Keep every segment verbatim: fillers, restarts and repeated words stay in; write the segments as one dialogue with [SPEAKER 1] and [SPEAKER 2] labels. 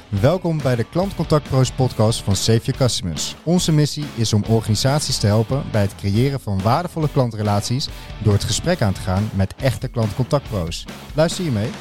[SPEAKER 1] Welkom bij de Klantcontactpro's podcast van Save Your Customers. Onze missie is om organisaties te helpen bij het creëren van waardevolle klantrelaties door het gesprek aan te gaan met echte klantcontactpro's. Luister je mee?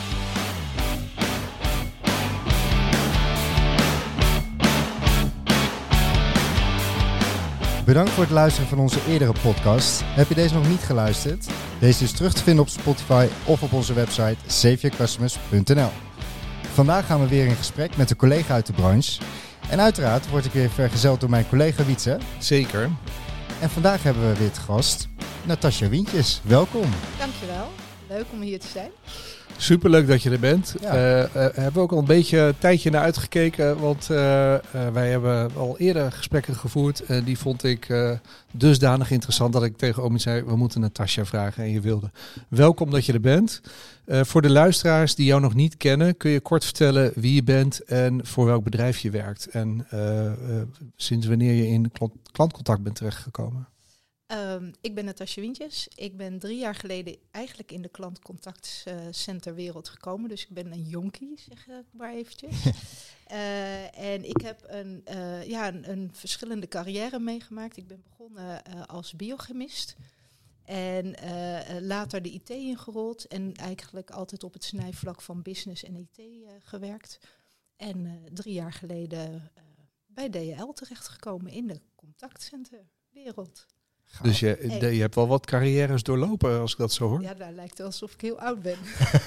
[SPEAKER 1] Bedankt voor het luisteren van onze eerdere podcast. Heb je deze nog niet geluisterd? Deze is terug te vinden op Spotify of op onze website save your customers punt n l. Vandaag gaan we weer in gesprek met een collega uit de branche. En uiteraard word ik weer vergezeld door mijn collega Wietse.
[SPEAKER 2] Zeker.
[SPEAKER 1] En vandaag hebben we weer te gast Natasja Wientjes. Welkom.
[SPEAKER 3] Dankjewel. Leuk om hier te zijn.
[SPEAKER 2] Superleuk dat je er bent.
[SPEAKER 1] Ja.
[SPEAKER 2] Uh, uh, hebben we ook al een beetje een tijdje naar uitgekeken. Want uh, uh, wij hebben al eerder gesprekken gevoerd. En die vond ik uh, dusdanig interessant dat ik tegen Omid zei, we moeten Natasja vragen. En je wilde. Welkom dat je er bent. Uh, voor de luisteraars die jou nog niet kennen, kun je kort vertellen wie je bent en voor welk bedrijf je werkt. En uh, uh, sinds wanneer je in klant, klantcontact bent terechtgekomen.
[SPEAKER 3] Um, ik ben Natasja Wientjes. Ik ben drie jaar geleden eigenlijk in de klantcontactcenterwereld gekomen. Dus ik ben een jonkie, zeg ik maar eventjes. uh, en ik heb een, uh, ja, een, een verschillende carrière meegemaakt. Ik ben begonnen uh, als biochemist. En uh, later de I T ingerold. En eigenlijk altijd op het snijvlak van business en I T uh, gewerkt. En uh, drie jaar geleden uh, bij D H L terechtgekomen in de contactcenterwereld.
[SPEAKER 2] Dus je,
[SPEAKER 3] Hey.
[SPEAKER 2] de, je hebt wel wat carrières doorlopen, als ik dat zo hoor.
[SPEAKER 3] Ja, daar lijkt het alsof ik heel oud ben.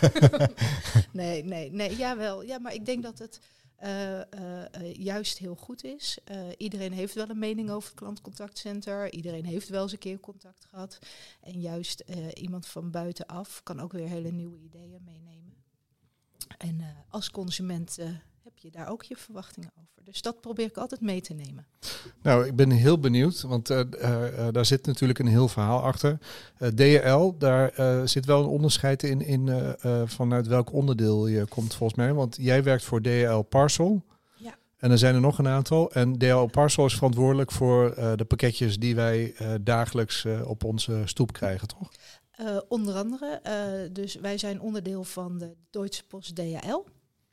[SPEAKER 3] nee, nee, nee, jawel. Ja, maar ik denk dat het uh, uh, uh, juist heel goed is. Uh, iedereen heeft wel een mening over het klantcontactcenter. Iedereen heeft wel eens een keer contact gehad. En juist uh, iemand van buitenaf kan ook weer hele nieuwe ideeën meenemen. En uh, als consument uh, heb je daar ook je verwachtingen over. Dus dat probeer ik altijd mee te nemen.
[SPEAKER 2] Nou, ik ben heel benieuwd, want uh, uh, uh, daar zit natuurlijk een heel verhaal achter. Uh, D H L, daar uh, zit wel een onderscheid in, in uh, uh, vanuit welk onderdeel je komt volgens mij. Want jij werkt voor D H L Parcel.
[SPEAKER 3] Ja.
[SPEAKER 2] En er zijn er nog een aantal. En D H L Parcel is verantwoordelijk voor uh, de pakketjes die wij uh, dagelijks uh, op onze stoep krijgen, toch?
[SPEAKER 3] Uh, onder andere, uh, dus wij zijn onderdeel van de Deutsche Post D H L.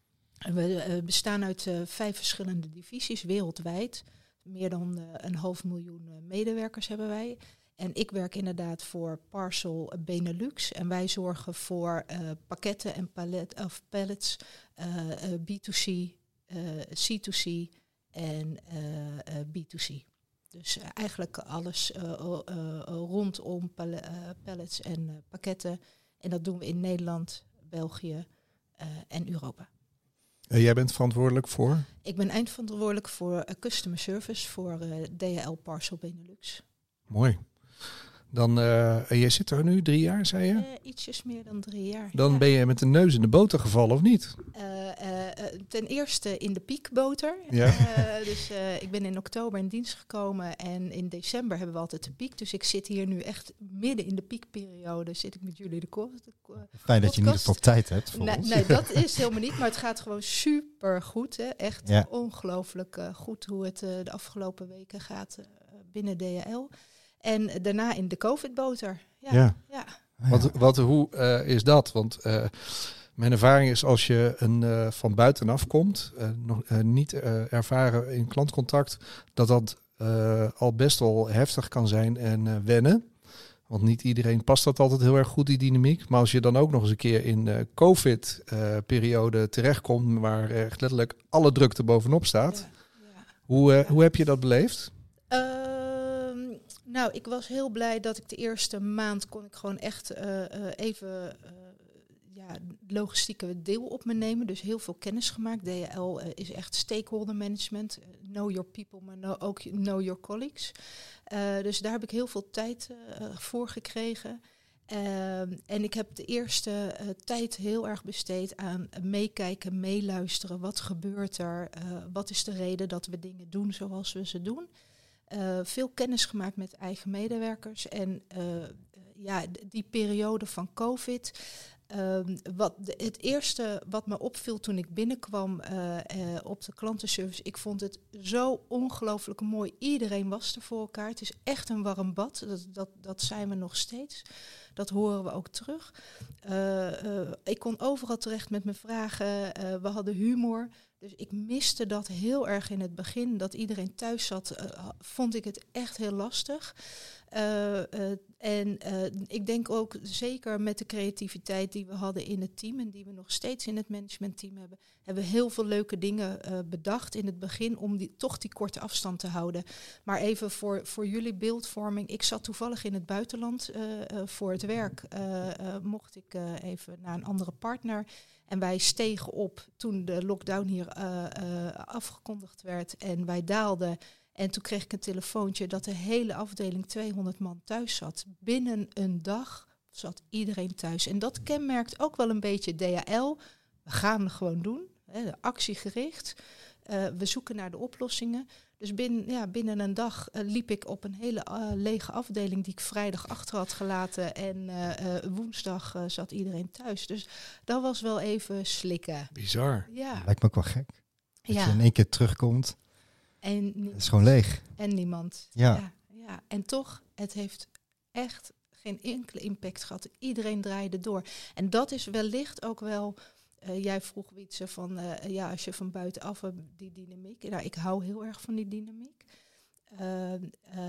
[SPEAKER 3] We uh, bestaan uit uh, vijf verschillende divisies wereldwijd. Meer dan uh, een half miljoen uh, medewerkers hebben wij. En ik werk inderdaad voor Parcel Benelux. En wij zorgen voor uh, pakketten en palet, of pallets, uh, uh, B to C, uh, C to C en uh, uh, B to C. Dus uh, eigenlijk alles uh, uh, uh, rondom pal- uh, pallets en uh, pakketten. En dat doen we in Nederland, België uh, en Europa.
[SPEAKER 2] Uh, jij bent verantwoordelijk voor?
[SPEAKER 3] Ik ben eindverantwoordelijk voor uh, customer service voor uh, D H L Parcel Benelux.
[SPEAKER 2] Mooi. Dan, uh, jij zit er nu drie jaar, zei je?
[SPEAKER 3] Uh, ietsjes meer dan drie jaar.
[SPEAKER 2] Dan
[SPEAKER 3] ja.
[SPEAKER 2] ben je met de neus in de boter gevallen, of niet?
[SPEAKER 3] Uh, uh, uh, ten eerste in de piekboter.
[SPEAKER 2] Ja.
[SPEAKER 3] Uh, dus uh, ik ben in oktober in dienst gekomen en in december hebben we altijd de piek. Dus ik zit hier nu echt midden in de piekperiode. Zit ik met jullie de ko- de ko-
[SPEAKER 1] Fijn dat je in ieder geval tijd hebt voor
[SPEAKER 3] nee,
[SPEAKER 1] ons.
[SPEAKER 3] nee, dat is helemaal niet. Maar het gaat gewoon super goed. Hè. Echt
[SPEAKER 1] Ja.
[SPEAKER 3] ongelooflijk uh, goed hoe het uh, de afgelopen weken gaat uh, binnen D H L. En daarna in de COVID-boter. Ja,
[SPEAKER 2] Ja.
[SPEAKER 3] ja.
[SPEAKER 1] Ja.
[SPEAKER 2] Wat, wat, hoe uh, is dat? Want uh, mijn ervaring is als je een, uh, van buitenaf komt, uh, nog uh, niet uh, ervaren in klantcontact, dat dat uh, al best wel heftig kan zijn en uh, wennen. Want niet iedereen past dat altijd heel erg goed, die dynamiek. Maar als je dan ook nog eens een keer in de COVID-periode uh, terechtkomt, waar echt letterlijk alle drukte bovenop staat.
[SPEAKER 3] Ja, ja.
[SPEAKER 2] Hoe, uh, hoe heb je dat beleefd?
[SPEAKER 3] Uh, nou, ik was heel blij dat ik de eerste maand kon ik gewoon echt uh, uh, even uh, ja, logistieke deel op me nemen. Dus heel veel kennis gemaakt. D H L uh, is echt stakeholder management. Uh, know your people, maar no, ook know your colleagues. Uh, dus daar heb ik heel veel tijd uh, voor gekregen. Uh, en ik heb de eerste uh, tijd heel erg besteed aan uh, meekijken, meeluisteren. Wat gebeurt er? Uh, wat is de reden dat we dingen doen zoals we ze doen? Uh, veel kennis gemaakt met eigen medewerkers. En uh, ja, die periode van COVID. Uh, wat de, het eerste wat me opviel toen ik binnenkwam uh, uh, op de klantenservice. Ik vond het zo ongelooflijk mooi. Iedereen was er voor elkaar. Het is echt een warm bad. Dat, dat, dat zijn we nog steeds. Dat horen we ook terug. Uh, uh, ik kon overal terecht met mijn vragen. Uh, we hadden humor. Dus ik miste dat heel erg in het begin. Dat iedereen thuis zat, uh, vond ik het echt heel lastig. Uh, uh, en uh, ik denk ook zeker met de creativiteit die we hadden in het team... en die we nog steeds in het managementteam hebben... hebben we heel veel leuke dingen uh, bedacht in het begin... om die, toch die korte afstand te houden. Maar even voor, voor jullie beeldvorming. Ik zat toevallig in het buitenland uh, uh, voor het werk. Uh, uh, mocht ik uh, even naar een andere partner... En wij stegen op toen de lockdown hier uh, uh, afgekondigd werd en wij daalden. En toen kreeg ik een telefoontje dat de hele afdeling tweehonderd man thuis zat. Binnen een dag zat iedereen thuis. En dat kenmerkt ook wel een beetje D H L. We gaan het gewoon doen, hè, actiegericht. Uh, we zoeken naar de oplossingen. Dus binnen, ja, binnen een dag uh, liep ik op een hele uh, lege afdeling die ik vrijdag achter had gelaten. En uh, uh, woensdag uh, zat iedereen thuis. Dus dat was wel even slikken.
[SPEAKER 2] Bizar.
[SPEAKER 3] Ja.
[SPEAKER 1] Lijkt me ook wel gek. Dat
[SPEAKER 3] ja.
[SPEAKER 1] je in één keer terugkomt.
[SPEAKER 3] En nie-
[SPEAKER 1] Het is gewoon leeg.
[SPEAKER 3] En niemand.
[SPEAKER 1] Ja.
[SPEAKER 3] Ja, ja. En toch, het heeft echt geen enkele impact gehad. Iedereen draaide door. En dat is wellicht ook wel... Uh, jij vroeg Wietse van, uh, ja, als je van buitenaf hebt, die dynamiek. Nou, ik hou heel erg van die dynamiek. Uh, uh,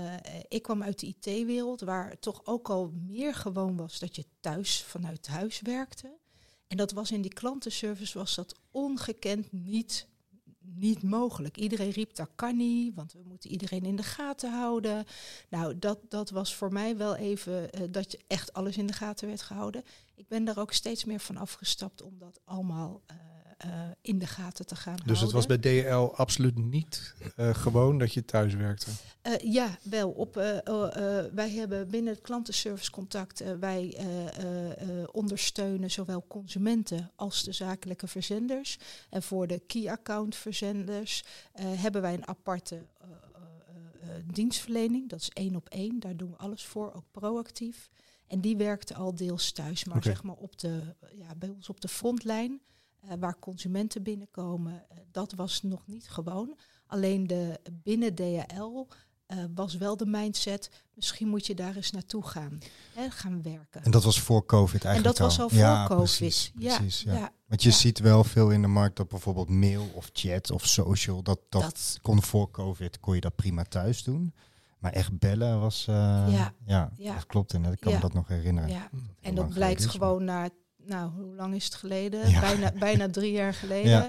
[SPEAKER 3] ik kwam uit de I T-wereld, waar toch ook al meer gewoon was dat je thuis vanuit huis werkte. En dat was in die klantenservice was dat ongekend niet, niet mogelijk. Iedereen riep, dat kan niet, want we moeten iedereen in de gaten houden. Nou, dat, dat was voor mij wel even uh, dat je echt alles in de gaten werd gehouden. Ik ben daar ook steeds meer van afgestapt om dat allemaal uh, uh, in de gaten te gaan
[SPEAKER 2] dus
[SPEAKER 3] houden.
[SPEAKER 2] Dus het was bij D H L absoluut niet uh, gewoon dat je thuis werkte?
[SPEAKER 3] Uh, ja, wel. Op, uh, uh, uh, wij hebben binnen het klantenservicecontact... Uh, wij uh, uh, uh, ondersteunen zowel consumenten als de zakelijke verzenders. En voor de key account verzenders uh, hebben wij een aparte uh, uh, uh, dienstverlening. Dat is één op één. Daar doen we alles voor, ook proactief. En die werkte al deels thuis, maar
[SPEAKER 2] Okay.
[SPEAKER 3] zeg maar op de, ja, bij ons op de frontlijn, uh, waar consumenten binnenkomen, uh, dat was nog niet gewoon. Alleen de binnen D H L uh, was wel de mindset, misschien moet je daar eens naartoe gaan, hè, gaan werken.
[SPEAKER 1] En dat was voor COVID eigenlijk
[SPEAKER 3] En dat was al voor
[SPEAKER 1] ja,
[SPEAKER 3] COVID.
[SPEAKER 1] Precies,
[SPEAKER 3] Ja,
[SPEAKER 1] precies, ja.
[SPEAKER 3] ja,
[SPEAKER 1] Want je
[SPEAKER 3] ja.
[SPEAKER 1] ziet wel veel in de markt dat bijvoorbeeld mail of chat of social, dat, dat,
[SPEAKER 3] Dat-
[SPEAKER 1] kon voor COVID, kon je dat prima thuis doen. Maar echt bellen was, uh, ja,
[SPEAKER 3] Ja,
[SPEAKER 1] ja,
[SPEAKER 3] ja.
[SPEAKER 1] dat klopt. En ik kan
[SPEAKER 3] Ja.
[SPEAKER 1] me dat nog herinneren.
[SPEAKER 3] Ja.
[SPEAKER 1] Heel
[SPEAKER 3] En
[SPEAKER 1] lang
[SPEAKER 3] dat blijkt
[SPEAKER 1] geleden is,
[SPEAKER 3] gewoon na, nou, hoe lang is het geleden?
[SPEAKER 1] Ja.
[SPEAKER 3] Bijna, bijna drie jaar geleden.
[SPEAKER 1] Ja.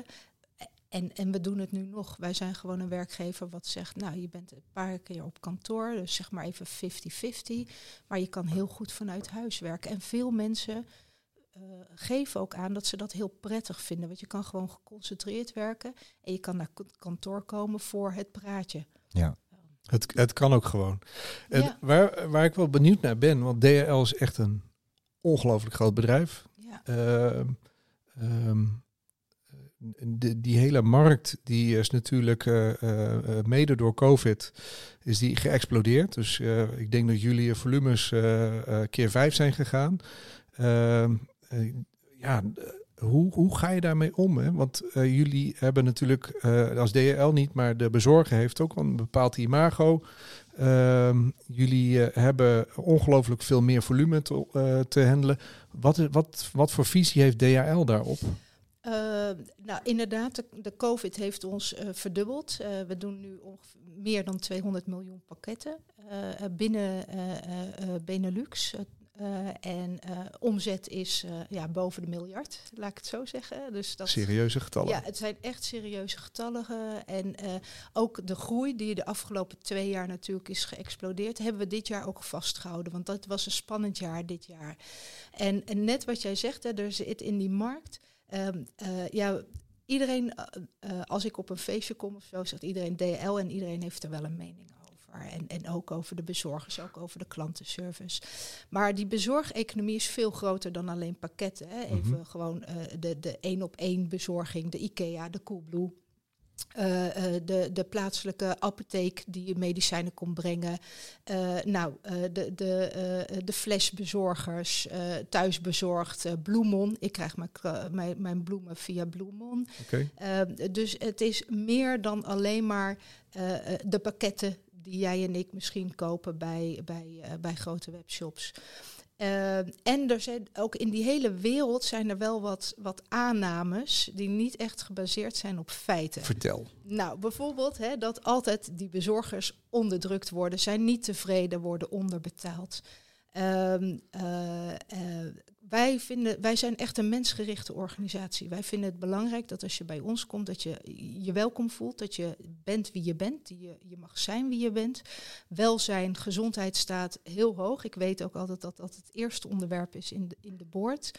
[SPEAKER 3] En, en we doen het nu nog. Wij zijn gewoon een werkgever wat zegt, nou, je bent een paar keer op kantoor, dus zeg maar even vijftig vijftig. Maar je kan heel goed vanuit huis werken. En veel mensen uh, geven ook aan dat ze dat heel prettig vinden. Want je kan gewoon geconcentreerd werken en je kan naar k- kantoor komen voor het praatje.
[SPEAKER 1] Ja.
[SPEAKER 2] Het, het kan ook gewoon. En
[SPEAKER 3] Ja.
[SPEAKER 2] waar, waar ik wel benieuwd naar ben, want D H L is echt een ongelooflijk groot bedrijf.
[SPEAKER 3] Ja,
[SPEAKER 2] Ehm, ehm, de, die hele markt die is natuurlijk uh, uh, mede door COVID is die geëxplodeerd. Dus uh, ik denk dat jullie volumes uh, uh, keer vijf zijn gegaan. Uh, uh, ja, hoe, hoe ga je daarmee om? Hè? Want uh, jullie hebben natuurlijk uh, als D H L niet, maar de bezorger heeft ook een bepaald imago. Uh, jullie uh, hebben ongelooflijk veel meer volume te, uh, te handelen. Wat, wat, wat voor visie heeft D H L daarop?
[SPEAKER 3] Uh, nou, inderdaad, de, de COVID heeft ons uh, verdubbeld. Uh, we doen nu ongeveer meer dan tweehonderd miljoen pakketten uh, binnen uh, uh, Benelux. Uh, en uh, omzet is uh, ja, boven de miljard, laat ik het zo zeggen. Dus dat,
[SPEAKER 2] Serieuze getallen.
[SPEAKER 3] ja, het zijn echt serieuze getallen. Uh, en uh, ook de groei die de afgelopen twee jaar natuurlijk is geëxplodeerd, hebben we dit jaar ook vastgehouden. Want dat was een spannend jaar dit jaar. En, en net wat jij zegt, hè, er zit in die markt. Um, uh, ja, iedereen, uh, uh, als ik op een feestje kom of zo, zegt iedereen D H L en iedereen heeft er wel een mening over. En, en ook over de bezorgers, ook over de klantenservice. Maar die bezorgeconomie is veel groter dan alleen pakketten. Hè. Even
[SPEAKER 2] Mm-hmm.
[SPEAKER 3] gewoon uh, de, de één op één bezorging, de IKEA, de Coolblue. Uh, uh, de, de plaatselijke apotheek die je medicijnen kon brengen. Uh, nou, uh, de, de, uh, de flesbezorgers, uh, thuisbezorgd, uh, Bloemon. Ik krijg mijn, uh, mijn, mijn bloemen via Bloemon.
[SPEAKER 2] Okay.
[SPEAKER 3] Uh, dus het is meer dan alleen maar uh, de pakketten die jij en ik misschien kopen bij, bij, uh, bij grote webshops. Uh, en er zijn ook in die hele wereld zijn er wel wat, wat aannames die niet echt gebaseerd zijn op feiten.
[SPEAKER 2] Vertel.
[SPEAKER 3] Nou, bijvoorbeeld hè, dat altijd die bezorgers onderdrukt worden, zijn niet tevreden, worden onderbetaald. Uh, uh, uh, wij, vinden, wij zijn echt een mensgerichte organisatie. Wij vinden het belangrijk dat als je bij ons komt, dat je je welkom voelt, dat je bent wie je bent, die je, je mag zijn wie je bent. Welzijn, gezondheid staat heel hoog. Ik weet ook altijd dat dat het eerste onderwerp is in de, in de board.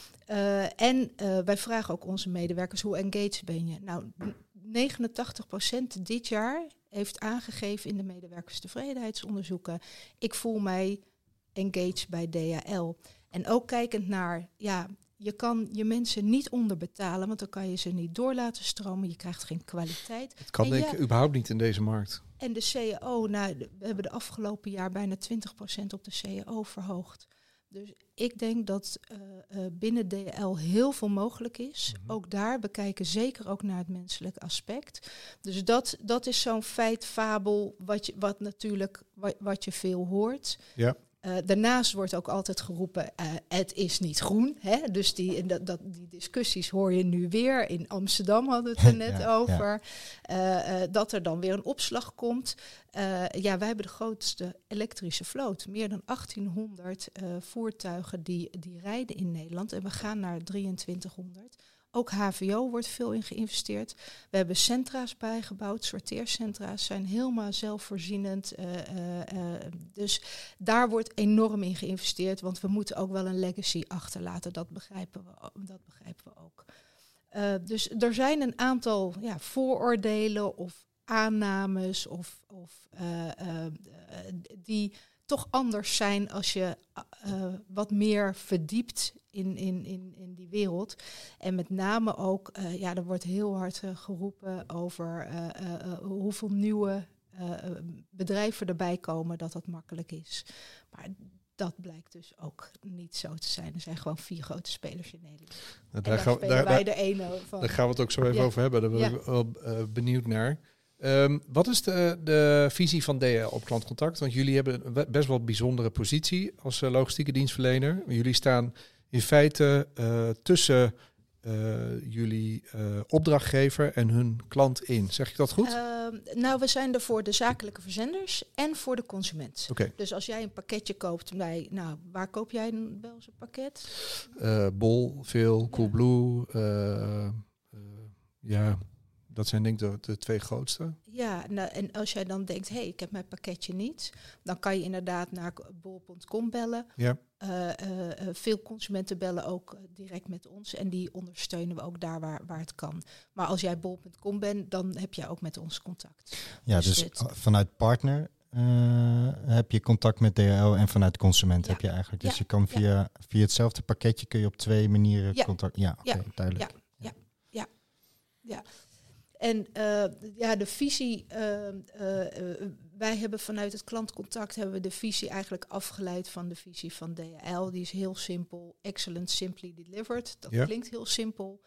[SPEAKER 3] Uh, en uh, wij vragen ook onze medewerkers, hoe engaged ben je? Nou, negenentachtig procent dit jaar heeft aangegeven in de medewerkerstevredenheidsonderzoeken, ik voel mij engaged bij D H L. En ook kijkend naar, ja, je kan je mensen niet onderbetalen, want dan kan je ze niet door laten stromen. Je krijgt geen kwaliteit.
[SPEAKER 2] Het kan
[SPEAKER 3] en
[SPEAKER 2] denk ik
[SPEAKER 3] ja,
[SPEAKER 2] überhaupt niet in deze markt.
[SPEAKER 3] En de C A O, nou, de, we hebben de afgelopen jaar bijna twintig procent op de C A O verhoogd. Dus ik denk dat uh, uh, binnen D H L heel veel mogelijk is. Mm-hmm. Ook daar, we kijken zeker ook naar het menselijke aspect. Dus dat, dat is zo'n feit, fabel, wat, je, wat natuurlijk wat, wat je veel hoort.
[SPEAKER 2] Ja.
[SPEAKER 3] Uh, daarnaast wordt ook altijd geroepen, uh, het is niet groen. Hè? Dus die, dat, dat, die discussies hoor je nu weer. In Amsterdam hadden we het er net ja, over. Ja. Uh, uh, dat er dan weer een opslag komt. Uh, ja, wij hebben de grootste elektrische vloot. Meer dan achttienhonderd uh, voertuigen die, die rijden in Nederland. En we gaan naar drieëntwintighonderd. Ook H V O wordt veel in geïnvesteerd. We hebben centra's bijgebouwd. Sorteercentra's zijn helemaal zelfvoorzienend. Uh, uh, uh, dus daar wordt enorm in geïnvesteerd. Want we moeten ook wel een legacy achterlaten. Dat begrijpen we, dat begrijpen we ook. Uh, dus er zijn een aantal ja, vooroordelen of aannames of, of uh, uh, die toch anders zijn als je uh, wat meer verdiept in, in, in, in die wereld. En met name ook, uh, ja, er wordt heel hard uh, geroepen over uh, uh, uh, hoeveel nieuwe uh, bedrijven erbij komen, dat dat makkelijk is. Maar dat blijkt dus ook niet zo te zijn. Er zijn gewoon vier grote spelers in Nederland. Nou, daar, daar gaan daar, wij
[SPEAKER 2] daar,
[SPEAKER 3] de ene van.
[SPEAKER 2] Daar gaan we het ook zo even ja. over hebben. Daar ben ja. ik wel uh, benieuwd naar. Um, wat is de, de visie van D H L op klantcontact? Want jullie hebben een best wel bijzondere positie als uh, logistieke dienstverlener. Jullie staan in feite uh, tussen uh, jullie uh, opdrachtgever en hun klant in. Zeg ik dat goed?
[SPEAKER 3] Uh, nou, we zijn er voor de zakelijke verzenders en voor de consument.
[SPEAKER 2] Okay.
[SPEAKER 3] Dus als jij een pakketje koopt bij, nou, waar koop jij wel eens een pakket?
[SPEAKER 2] Uh, Bol, Veel, Coolblue, ja. Uh, uh, ja... Dat zijn denk ik de, de twee grootste.
[SPEAKER 3] Ja, nou, en als jij dan denkt, hé, hey, ik heb mijn pakketje niet, dan kan je inderdaad naar bol punt com bellen.
[SPEAKER 2] Ja.
[SPEAKER 3] Uh, uh, uh, veel consumenten bellen ook uh, direct met ons en die ondersteunen we ook daar waar, waar het kan. Maar als jij bol punt com bent, dan heb jij ook met ons contact.
[SPEAKER 1] Ja, dus, dus dit... vanuit partner uh, heb je contact met D H L en vanuit consument ja. heb je eigenlijk. Dus ja. je kan via, ja. via hetzelfde pakketje kun je op twee manieren ja. contact. Ja, oké, okay,
[SPEAKER 3] ja.
[SPEAKER 1] duidelijk.
[SPEAKER 3] Ja, ja, ja. ja. En uh, ja, de visie, uh, uh, wij hebben vanuit het klantcontact hebben we de visie eigenlijk afgeleid van de visie van D H L. Die is heel simpel, excellent, simply delivered. Dat ja. klinkt heel simpel.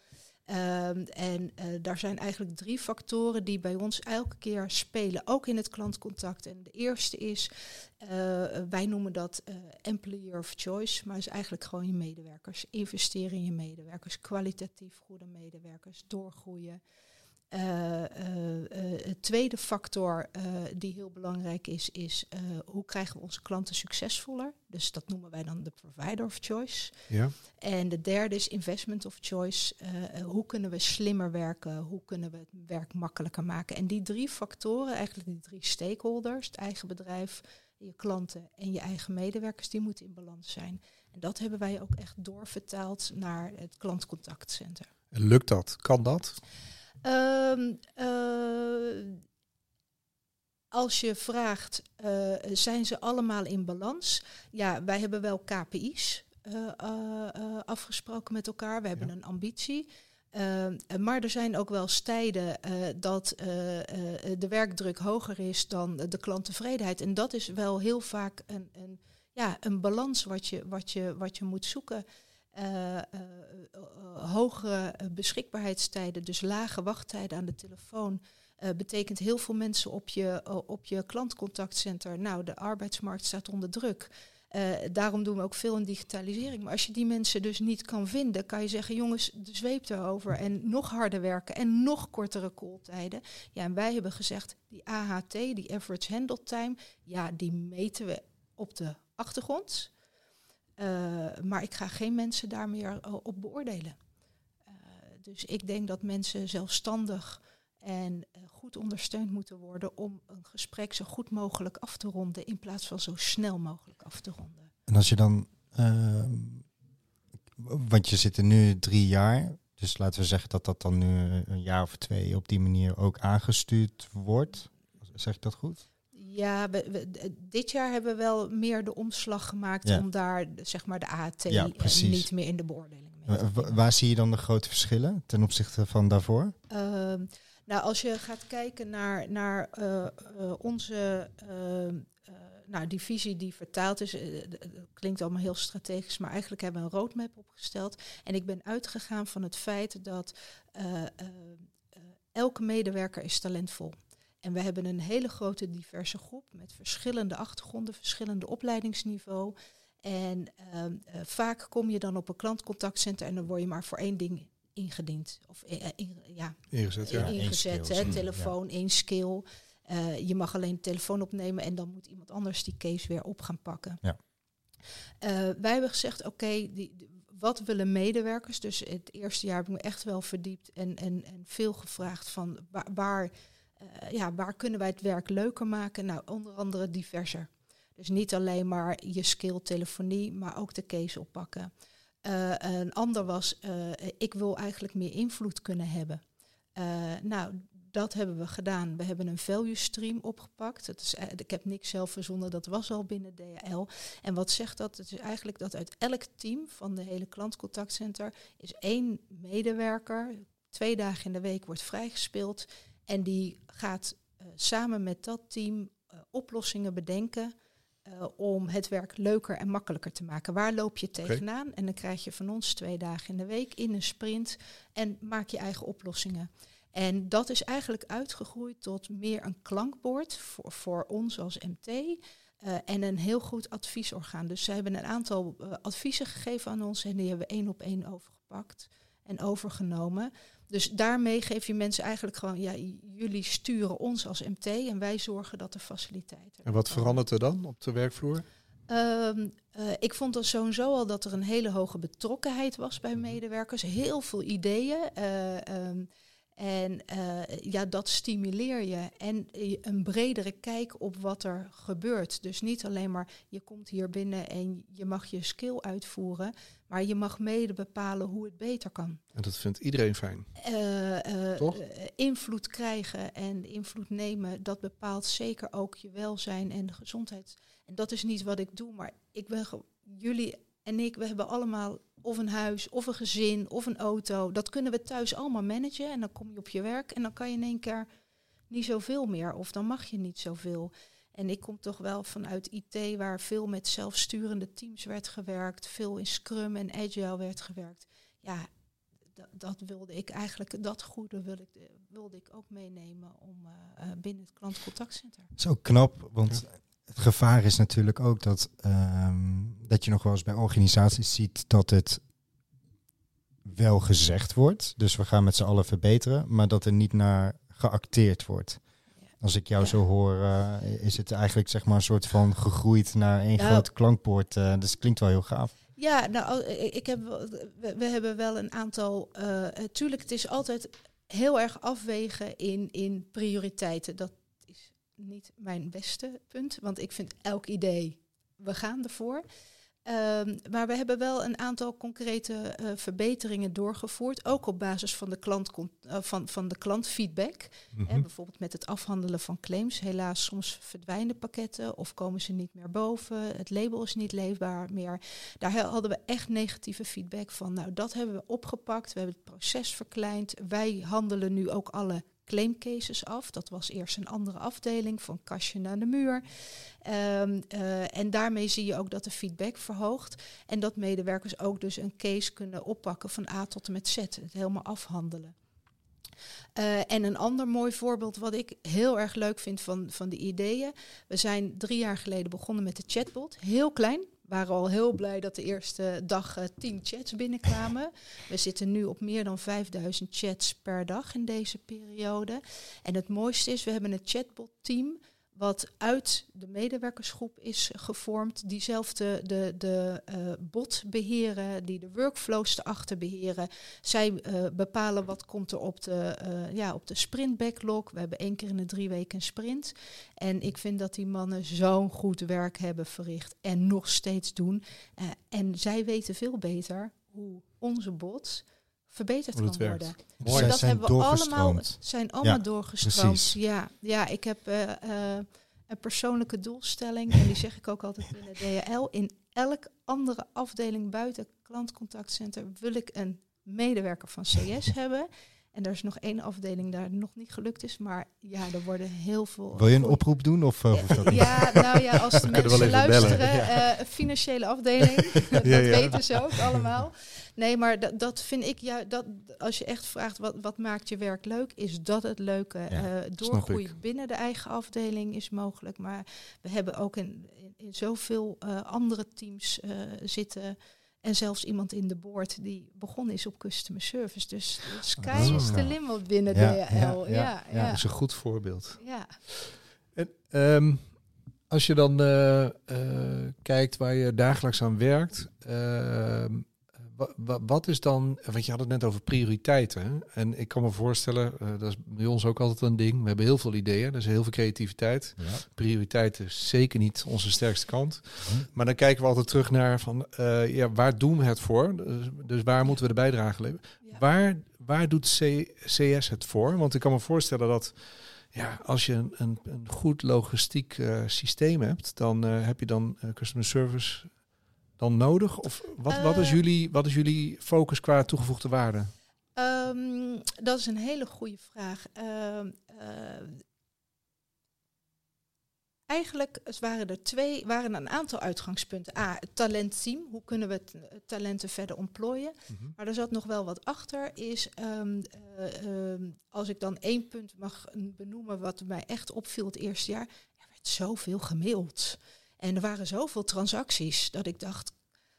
[SPEAKER 3] Um, en uh, daar zijn eigenlijk drie factoren die bij ons elke keer spelen, ook in het klantcontact. En de eerste is, uh, wij noemen dat uh, employer of choice, maar is eigenlijk gewoon je medewerkers. Investeren in je medewerkers, kwalitatief goede medewerkers, doorgroeien. Uh, uh, uh, het tweede factor uh, die heel belangrijk is, is uh, hoe krijgen we onze klanten succesvoller? Dus dat noemen wij dan de provider of choice.
[SPEAKER 2] Ja.
[SPEAKER 3] En de derde is investment of choice. Uh, uh, hoe kunnen we slimmer werken? Hoe kunnen we het werk makkelijker maken? En die drie factoren, eigenlijk die drie stakeholders, het eigen bedrijf, je klanten en je eigen medewerkers, die moeten in balans zijn. En dat hebben wij ook echt doorvertaald naar het klantcontactcenter.
[SPEAKER 2] En lukt dat? Kan dat?
[SPEAKER 3] Um, uh, als je vraagt, uh, zijn ze allemaal in balans? Ja, wij hebben wel K P I's uh, uh, uh, afgesproken met elkaar. We hebben ja. een ambitie. Uh, maar er zijn ook wel eens tijden uh, dat uh, uh, de werkdruk hoger is dan de klanttevredenheid. En dat is wel heel vaak een, een, ja, een balans wat je, wat je, wat je moet zoeken. Uh, uh, uh, hogere beschikbaarheidstijden, dus lage wachttijden aan de telefoon, uh, betekent heel veel mensen op je, uh, op je klantcontactcenter. Nou, de arbeidsmarkt staat onder druk. Uh, daarom doen we ook veel in digitalisering. Maar als je die mensen dus niet kan vinden, kan je zeggen, jongens, de zweep erover en nog harder werken en nog kortere calltijden. Ja, en wij hebben gezegd, die A H T, die average handle time, ja, die meten we op de achtergrond. Uh, maar ik ga geen mensen daar meer uh, op beoordelen. Uh, dus ik denk dat mensen zelfstandig en uh, goed ondersteund moeten worden om een gesprek zo goed mogelijk af te ronden in plaats van zo snel mogelijk af te ronden.
[SPEAKER 1] En als je dan, uh, want je zit er nu drie jaar, dus laten we zeggen dat dat dan nu een jaar of twee op die manier ook aangestuurd wordt. Zeg ik dat goed?
[SPEAKER 3] Ja, we, we, dit jaar hebben we wel meer de omslag gemaakt ja. om daar zeg maar de A H T ja, niet meer in de beoordeling mee te
[SPEAKER 1] Wa- Waar zie je dan de grote verschillen ten opzichte van daarvoor?
[SPEAKER 3] Uh, nou, als je gaat kijken naar, naar uh, uh, onze uh, uh, nou, die visie die vertaald is, uh, d- d- klinkt allemaal heel strategisch, maar eigenlijk hebben we een roadmap opgesteld. En ik ben uitgegaan van het feit dat uh, uh, uh, elke medewerker is talentvol. En we hebben een hele grote diverse groep met verschillende achtergronden, verschillende opleidingsniveau. En uh, uh, vaak kom je dan op een klantcontactcentrum en dan word je maar voor één ding ingediend. Of uh, in, ja,
[SPEAKER 2] ingezet, ja.
[SPEAKER 3] ingezet, hè, telefoon, één skill. Uh, je mag alleen de telefoon opnemen en dan moet iemand anders die case weer op gaan pakken.
[SPEAKER 1] Ja.
[SPEAKER 3] Uh, wij hebben gezegd, oké, okay, die, die, wat willen medewerkers? Dus het eerste jaar heb ik me echt wel verdiept en, en, en veel gevraagd van waar... waar Uh, ja, waar kunnen wij het werk leuker maken? Nou, onder andere diverser. Dus niet alleen maar je skill telefonie, maar ook de case oppakken. Uh, een ander was, uh, ik wil eigenlijk meer invloed kunnen hebben. Uh, nou, dat hebben we gedaan. We hebben een value stream opgepakt. Het is, uh, ik heb niks zelf verzonnen, dat was al binnen D H L. En wat zegt dat? Het is eigenlijk dat uit elk team van de hele klantcontactcenter is één medewerker, twee dagen in de week wordt vrijgespeeld. En die gaat uh, samen met dat team uh, oplossingen bedenken uh, om het werk leuker en makkelijker te maken. Waar loop je tegenaan? Okay. En dan krijg je van ons twee dagen in de week in een sprint en maak je eigen oplossingen. En dat is eigenlijk uitgegroeid tot meer een klankbord voor, voor ons als M T uh, en een heel goed adviesorgaan. Dus ze hebben een aantal uh, adviezen gegeven aan ons en die hebben we één op één overgepakt en overgenomen. Dus daarmee geef je mensen eigenlijk gewoon, ja, jullie sturen ons als M T en wij zorgen dat de faciliteiten.
[SPEAKER 2] En wat verandert er dan op de werkvloer?
[SPEAKER 3] Um, uh, ik vond er sowieso al dat er een hele hoge betrokkenheid was bij medewerkers. Heel veel ideeën. Uh, um, en uh, ja, dat stimuleer je. En een bredere kijk op wat er gebeurt. Dus niet alleen maar, je komt hier binnen en je mag je skill uitvoeren. Maar je mag mede bepalen hoe het beter kan.
[SPEAKER 2] En dat vindt iedereen fijn.
[SPEAKER 3] Uh, uh,
[SPEAKER 2] Toch?
[SPEAKER 3] Uh, invloed krijgen en invloed nemen, dat bepaalt zeker ook je welzijn en de gezondheid. En dat is niet wat ik doe, maar ik ben ge- jullie en ik, we hebben allemaal of een huis, of een gezin, of een auto. Dat kunnen we thuis allemaal managen. En dan kom je op je werk en dan kan je in één keer niet zoveel meer. Of dan mag je niet zoveel. En ik kom toch wel vanuit I T, waar veel met zelfsturende teams werd gewerkt. Veel in Scrum en Agile werd gewerkt. Ja, d- dat wilde ik eigenlijk, dat goede wilde ik, wilde ik ook meenemen om uh, binnen het klantcontactcentrum.
[SPEAKER 1] Dat is ook knap, want ja. Het gevaar is natuurlijk ook dat, um, dat je nog wel eens bij organisaties ziet dat het wel gezegd wordt. Dus we gaan met z'n allen verbeteren, maar dat er niet naar geacteerd wordt. Ja. Als ik jou ja. zo hoor, uh, is het eigenlijk zeg maar een soort van gegroeid naar één nou, groot klankbord. Uh, dus het klinkt wel heel gaaf.
[SPEAKER 3] Ja, nou, ik heb, we, we hebben wel een aantal... Uh, tuurlijk, het is altijd heel erg afwegen in, in prioriteiten. Dat is niet mijn beste punt, want ik vind elk idee, we gaan ervoor. Um, maar we hebben wel een aantal concrete uh, verbeteringen doorgevoerd, ook op basis van de, klant, uh, van, van de klantfeedback. Mm-hmm. Hè, bijvoorbeeld met het afhandelen van claims. Helaas, soms verdwijnen pakketten of komen ze niet meer boven. Het label is niet leefbaar meer. Daar hadden we echt negatieve feedback van. Nou, dat hebben we opgepakt. We hebben het proces verkleind. Wij handelen nu ook alle claimcases af. Dat was eerst een andere afdeling, van kastje naar de muur. Um, uh, en daarmee zie je ook dat de feedback verhoogt. En dat medewerkers ook dus een case kunnen oppakken van A tot en met Z. Het helemaal afhandelen. Uh, en een ander mooi voorbeeld wat ik heel erg leuk vind van, van de ideeën. We zijn drie jaar geleden begonnen met de chatbot. Heel klein, waren al heel blij dat de eerste dag uh, tien chats binnenkwamen. We zitten nu op meer dan vijfduizend chats per dag in deze periode. En het mooiste is, we hebben een chatbot-team wat uit de medewerkersgroep is gevormd, die zelf de, de, de uh, bot beheren, die de workflows erachter beheren. Zij uh, bepalen wat komt er op de, uh, ja, op de sprint backlog. We hebben één keer in de drie weken een sprint. En ik vind dat die mannen zo'n goed werk hebben verricht en nog steeds doen. Uh, en zij weten veel beter hoe onze bot verbeterd kan
[SPEAKER 2] werkt.
[SPEAKER 3] worden.
[SPEAKER 1] Mooi,
[SPEAKER 3] en dat
[SPEAKER 1] zijn
[SPEAKER 3] hebben we allemaal,
[SPEAKER 1] doorgestroomd.
[SPEAKER 3] zijn allemaal
[SPEAKER 1] Ja,
[SPEAKER 3] doorgestroomd.
[SPEAKER 1] precies.
[SPEAKER 3] Ja, ja, ik heb uh, uh, een persoonlijke doelstelling en die zeg ik ook altijd binnen D H L. In elke andere afdeling buiten klantcontactcenter wil ik een medewerker van C S hebben. En er is nog één afdeling daar nog niet gelukt is, maar ja, er worden heel veel...
[SPEAKER 1] Wil je een oproep doen of uh, hoeft dat niet?
[SPEAKER 3] Ja, nou ja, als de
[SPEAKER 2] Kunnen we
[SPEAKER 3] mensen
[SPEAKER 2] wel even
[SPEAKER 3] luisteren,
[SPEAKER 2] bellen.
[SPEAKER 3] ja. uh, financiële afdeling, dat
[SPEAKER 2] ja, ja.
[SPEAKER 3] weten ze ook allemaal. Nee, maar dat, dat vind ik, ja, dat, als je echt vraagt wat, wat maakt je werk leuk, is dat het leuke.
[SPEAKER 1] Ja,
[SPEAKER 3] uh, doorgroeien binnen de eigen afdeling is mogelijk, maar we hebben ook in, in, in zoveel uh, andere teams uh, zitten. En zelfs iemand in de board die begonnen is op customer service. Dus sky
[SPEAKER 1] Oh.
[SPEAKER 3] is the limit binnen
[SPEAKER 1] Ja,
[SPEAKER 3] D H L.
[SPEAKER 1] ja,
[SPEAKER 3] Ja,
[SPEAKER 1] ja,
[SPEAKER 3] ja,
[SPEAKER 1] ja.
[SPEAKER 2] Dat is een goed voorbeeld.
[SPEAKER 3] ja.
[SPEAKER 2] En, um, als je dan uh, uh, kijkt waar je dagelijks aan werkt, uh, wa, wa, wat is dan, want je had het net over prioriteiten. Hè? En ik kan me voorstellen, uh, dat is bij ons ook altijd een ding. We hebben heel veel ideeën, er is heel veel creativiteit.
[SPEAKER 1] Ja.
[SPEAKER 2] Prioriteiten is zeker niet onze sterkste kant. Maar dan kijken we altijd terug naar van, uh, ja, waar doen we het voor? Dus, dus waar moeten we de bijdrage leveren?
[SPEAKER 3] Ja.
[SPEAKER 2] Waar, waar doet C, C S het voor? Want ik kan me voorstellen dat ja, als je een, een, een goed logistiek uh, systeem hebt, dan uh, heb je dan uh, customer service dan nodig? Of wat, uh, wat, is jullie, wat is jullie focus qua toegevoegde waarde?
[SPEAKER 3] Um, dat is een hele goede vraag. Uh, uh, Eigenlijk waren er twee, waren een aantal uitgangspunten. A, het talentteam. Hoe kunnen we het, uh, talenten verder ontplooien? Mm-hmm. Maar er zat nog wel wat achter. Is um, uh, um, als ik dan één punt mag benoemen wat mij echt opviel het eerste jaar. Er werd zoveel gemaild. En er waren zoveel transacties dat ik dacht,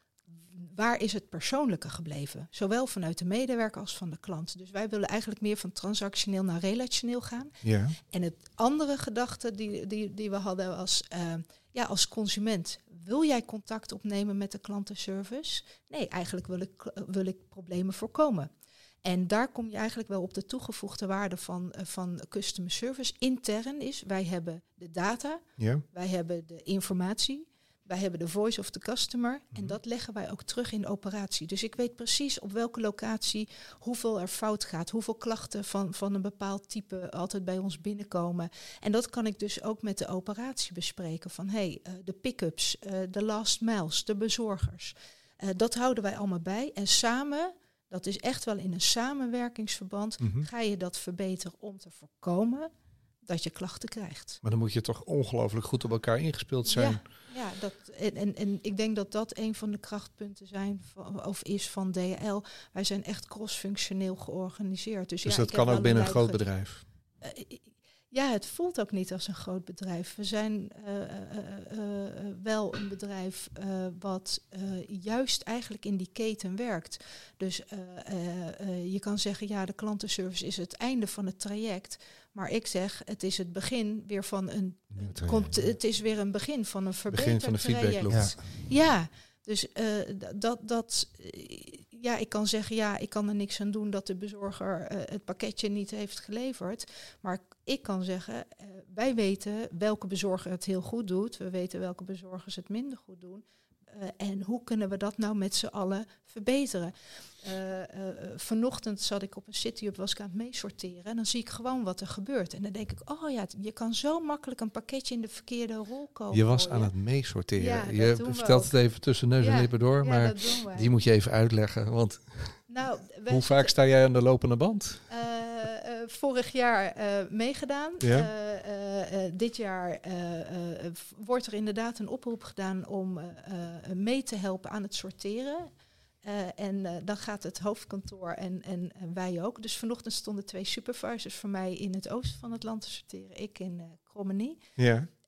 [SPEAKER 3] waar is het persoonlijke gebleven? Zowel vanuit de medewerker als van de klant. Dus wij willen eigenlijk meer van transactioneel naar relationeel gaan.
[SPEAKER 2] Ja.
[SPEAKER 3] En het andere gedachte die, die, die we hadden was, uh, ja, als consument, wil jij contact opnemen met de klantenservice? Nee, eigenlijk wil ik, wil ik problemen voorkomen. En daar kom je eigenlijk wel op de toegevoegde waarde van, uh, van customer service. Intern is, wij hebben de data,
[SPEAKER 2] Ja.
[SPEAKER 3] wij hebben de informatie. Wij hebben de voice of the customer en mm-hmm. dat leggen wij ook terug in de operatie. Dus ik weet precies op welke locatie hoeveel er fout gaat, hoeveel klachten van, van een bepaald type altijd bij ons binnenkomen. En dat kan ik dus ook met de operatie bespreken van hey, uh, de pick-ups, uh, de last miles, de bezorgers. Uh, dat houden wij allemaal bij en samen, dat is echt wel in een samenwerkingsverband, mm-hmm. ga je dat verbeteren om te voorkomen dat je klachten krijgt.
[SPEAKER 2] Maar dan moet je toch ongelooflijk goed op elkaar ingespeeld zijn.
[SPEAKER 3] Ja, ja dat, en, en, en ik denk dat dat een van de krachtpunten zijn van, of is van D H L. Wij zijn echt cross-functioneel georganiseerd. Dus,
[SPEAKER 2] dus
[SPEAKER 3] ja,
[SPEAKER 2] dat kan ook binnen een groot bedrijf?
[SPEAKER 3] Uh, ja, het voelt ook niet als een groot bedrijf. We zijn uh, uh, uh, uh, wel een bedrijf uh, wat uh, juist eigenlijk in die keten werkt. Dus uh, uh, uh, je kan zeggen, ja, de klantenservice is het einde van het traject. Maar ik zeg, het is het begin weer van een. Komt, het is weer een begin van een verbeterd
[SPEAKER 2] begin van de
[SPEAKER 3] traject.
[SPEAKER 2] feedbackloop.
[SPEAKER 3] Ja. ja, dus uh, dat dat. Uh, Ja, ik kan zeggen, ja, ik kan er niks aan doen dat de bezorger uh, het pakketje niet heeft geleverd. Maar ik kan zeggen, uh, wij weten welke bezorger het heel goed doet. We weten welke bezorgers het minder goed doen. Uh, en hoe kunnen we dat nou met z'n allen verbeteren? Uh, uh, vanochtend zat ik op een city-up, was ik aan het meesorteren. En dan zie ik gewoon wat er gebeurt. En dan denk ik, oh ja, je kan zo makkelijk een pakketje in de verkeerde rol komen.
[SPEAKER 2] Je was
[SPEAKER 3] gooien.
[SPEAKER 2] aan het meesorteren.
[SPEAKER 3] Ja,
[SPEAKER 2] je vertelt het even tussen neus
[SPEAKER 3] ja,
[SPEAKER 2] en lippen door.
[SPEAKER 3] ja,
[SPEAKER 2] Maar die moet je even uitleggen. Want
[SPEAKER 3] nou,
[SPEAKER 2] hoe vaak sta jij aan de lopende band?
[SPEAKER 3] Uh, uh, vorig jaar uh, meegedaan.
[SPEAKER 2] Ja?
[SPEAKER 3] Uh, uh, uh, dit jaar uh, uh, wordt er inderdaad een oproep gedaan om uh, uh, mee te helpen aan het sorteren. Uh, en uh, dan gaat het hoofdkantoor en, en, en wij ook. Dus vanochtend stonden twee supervisors voor mij in het oosten van het land te sorteren. Ik in uh, Krommenie.
[SPEAKER 2] Ja.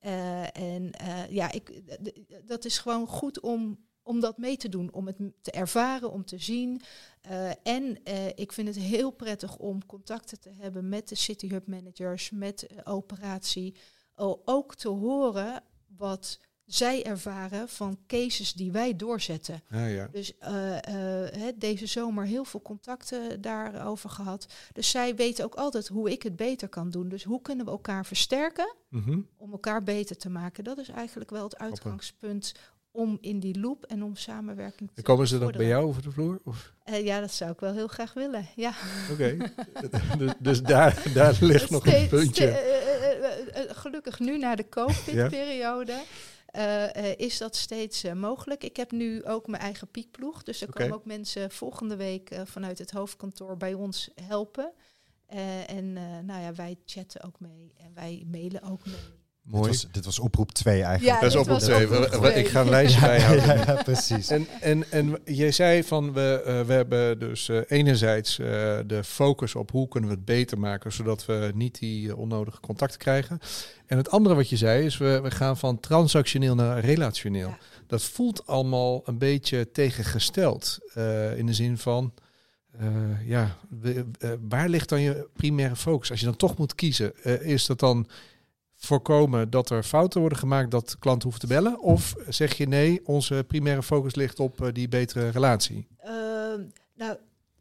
[SPEAKER 3] Uh, en uh, ja, ik, d- dat is gewoon goed om, om dat mee te doen, om het te ervaren, om te zien. Uh, en uh, ik vind het heel prettig om contacten te hebben met de City Hub managers, met uh, operatie. Uh, ook te horen wat zij ervaren van cases die wij doorzetten.
[SPEAKER 2] Ja, ja.
[SPEAKER 3] Dus uh, uh, he, deze zomer heel veel contacten daarover gehad. Dus zij weten ook altijd hoe ik het beter kan doen. Dus hoe kunnen we elkaar versterken
[SPEAKER 2] Mm-hmm.
[SPEAKER 3] om elkaar beter te maken? Dat is eigenlijk wel het uitgangspunt om in die loop en om samenwerking te
[SPEAKER 2] En komen ze dan
[SPEAKER 3] vorderen.
[SPEAKER 2] bij jou over de vloer? Of?
[SPEAKER 3] Uh, ja, dat zou ik wel heel graag willen. Ja.
[SPEAKER 2] Oké, okay. dus, dus daar, daar ligt nog een puntje.
[SPEAKER 3] Ste- uh, uh, uh, gelukkig nu na de COVID-periode... Ja. Uh, uh, is dat steeds uh, mogelijk. Ik heb nu ook mijn eigen piekploeg. Dus er okay. komen ook mensen volgende week uh, vanuit het hoofdkantoor bij ons helpen. Uh, en uh, nou ja, wij chatten ook mee en wij mailen ook mee.
[SPEAKER 1] Mooi. Dit was, dit was oproep twee eigenlijk.
[SPEAKER 3] Ja,
[SPEAKER 2] dat is oproep twee. Ik ga een lijstje
[SPEAKER 1] ja,
[SPEAKER 2] bijhouden.
[SPEAKER 1] Ja, ja, precies.
[SPEAKER 2] En, en, en jij zei van, we, uh, we hebben dus uh, enerzijds uh, de focus op hoe kunnen we het beter maken, zodat we niet die uh, onnodige contacten krijgen. En het andere wat je zei is, we, we gaan van transactioneel naar relationeel. Ja. Dat voelt allemaal een beetje tegengesteld. Uh, in de zin van, uh, ja, we, uh, waar ligt dan je primaire focus? Als je dan toch moet kiezen, uh, is dat dan voorkomen dat er fouten worden gemaakt dat de klant hoeft te bellen? Of zeg je nee, onze primaire focus ligt op uh, die betere relatie?
[SPEAKER 3] Uh, nou,